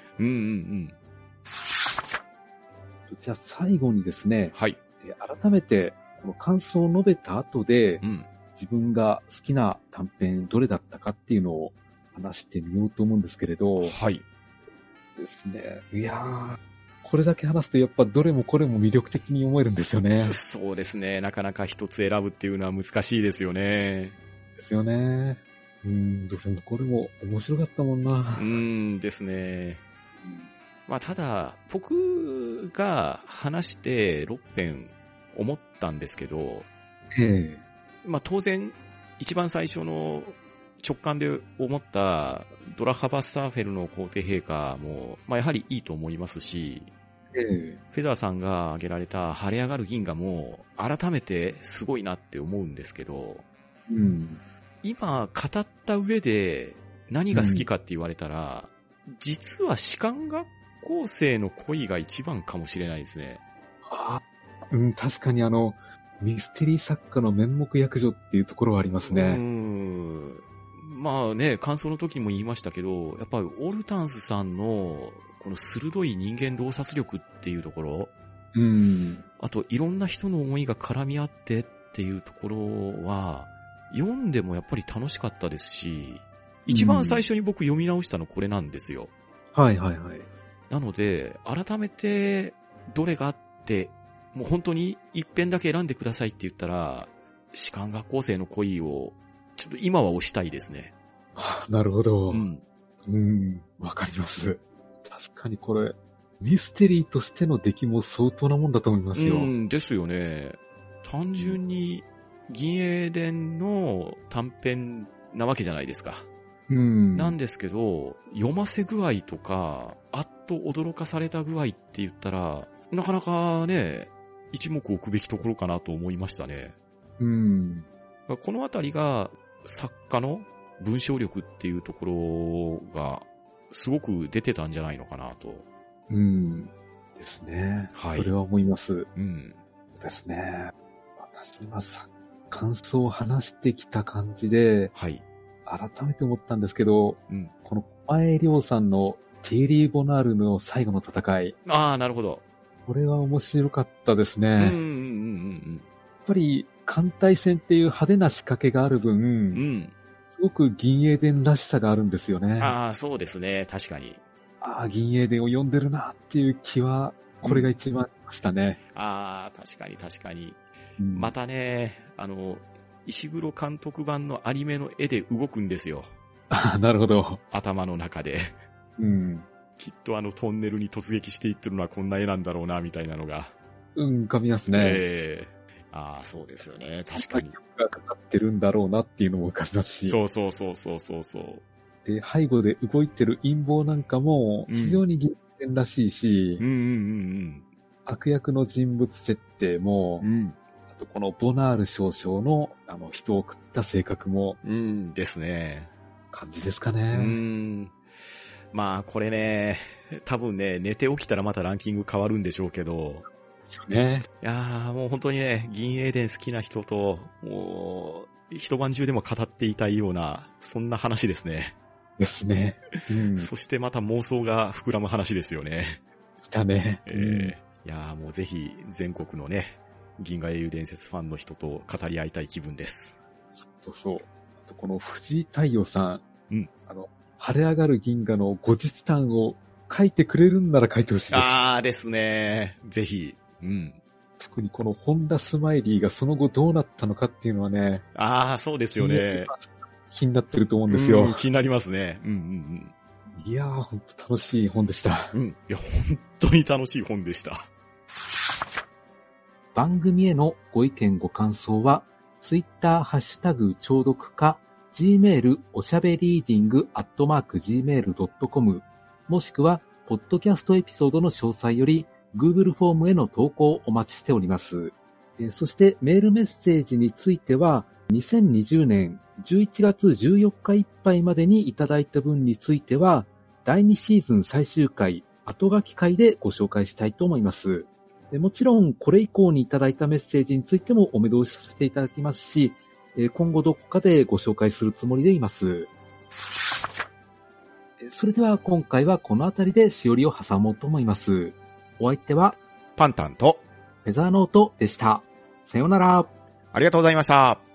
B: じゃあ最後にですね、改めてこの感想を述べた後で、自分が好きな短編どれだったかっていうのを話してみようと思うんですけれど、ですね。いやー、これだけ話すとやっぱどれもこれも魅力的に思えるんですよね。
A: そうですね。なかなか一つ選ぶっていうのは難しいですよね。
B: ですよね。どれもこれも面白かったもんな。
A: ですね。ただ、僕が話して6編思ったんですけど、当然、一番最初の直感で思ったドラハバッサーフェルの皇帝陛下も、やはりいいと思いますし、フェザーさんが挙げられた晴れ上がる銀河も改めてすごいなって思うんですけど、今語った上で何が好きかって言われたら、実は士官学校生の恋が一番かもしれないですね。
B: 確かにミステリー作家の面目躍如っていうところはありますね。
A: 感想の時も言いましたけど、やっぱりオルタンスさんのこの鋭い人間洞察力っていうところ、あといろんな人の思いが絡み合ってっていうところは、読んでもやっぱり楽しかったですし、一番最初に僕読み直したのこれなんですよ。なので、改めてどれがあって、もう本当に一編だけ選んでくださいって言ったら、士官学校生の恋を、ちょっと今は推したいですね。
B: なるほど。わかります。確かにこれ、ミステリーとしての出来も相当なもんだと思いますよ。
A: ですよね。単純に、銀英伝の短編なわけじゃないですか。 なんですけど、読ませ具合とか、あっと驚かされた具合って言ったら、なかなかね、一目置くべきところかなと思いましたね。このあたりが、作家の文章力っていうところが、すごく出てたんじゃないのかなと。
B: ですね。
A: はい。
B: それは思います。そうですね。私は感想を話してきた感じで、
A: はい。
B: 改めて思ったんですけど、この小前亮さんのティーリー・ボナールの最後の戦い。
A: ああ、なるほど。
B: これは面白かったですね。やっぱり、艦隊戦っていう派手な仕掛けがある分、すごく銀英伝らしさがあるんですよね。
A: ああ、そうですね。確かに。
B: 銀英伝を読んでるなっていう気は、これが一番しましたね。
A: ああ、確かに。またね、石黒監督版のアニメの絵で動くんですよ。
B: なるほど。
A: 頭の中で。きっとトンネルに突撃していってるのはこんな絵なんだろうな、みたいなのが。
B: 浮かびますね。
A: ああ、そうですよね。確かに。
B: がかかってるんだろうなっていうのも浮かびますし。
A: そう。
B: で、背後で動いてる陰謀なんかも、非常に銀伝らしいし、悪役の人物設定も、あとこのボナール少将の、人を食った性格も、
A: ですね。
B: 感じですかね。
A: まあ、これね、多分ね、寝て起きたらまたランキング変わるんでしょうけど、
B: ですよね。
A: いやー、もう本当にね、銀英伝好きな人と、もう、一晩中でも語っていたいような、そんな話ですね。
B: ですね。
A: そしてまた妄想が膨らむ話ですよね。
B: したね。
A: いやー、もうぜひ、全国のね、銀河英雄伝説ファンの人と語り合いたい気分です。
B: そう。この藤井太陽さん、晴れ上がる銀河の後日談を書いてくれるんなら書いてほしいです。
A: あーですね。ぜひ。
B: 特にこの本田スマイリーがその後どうなったのかっていうのはね。
A: ああ、そうですよね。
B: 気になってると思うんですよ。
A: 気になりますね。
B: いやー、ほんと楽しい本でした。
A: いや、本当に楽しい本でした。
B: 番組へのご意見ご感想は、Twitter ハッシュタグ聴読か、Gmail おしゃべりーディング@gmail.com もしくは、ポッドキャストエピソードの詳細より、Google フォームへの投稿をお待ちしております。そしてメールメッセージについては、2020年11月14日いっぱいまでにいただいた分については、第2シーズン最終回、後書き会でご紹介したいと思います。もちろん、これ以降にいただいたメッセージについてもお目通しさせていただきますし、今後どこかでご紹介するつもりでいます。それでは今回はこのあたりでしおりを挟もうと思います。お相手は、
A: パンタンと、
B: フェザーノートでした。さようなら。
A: ありがとうございました。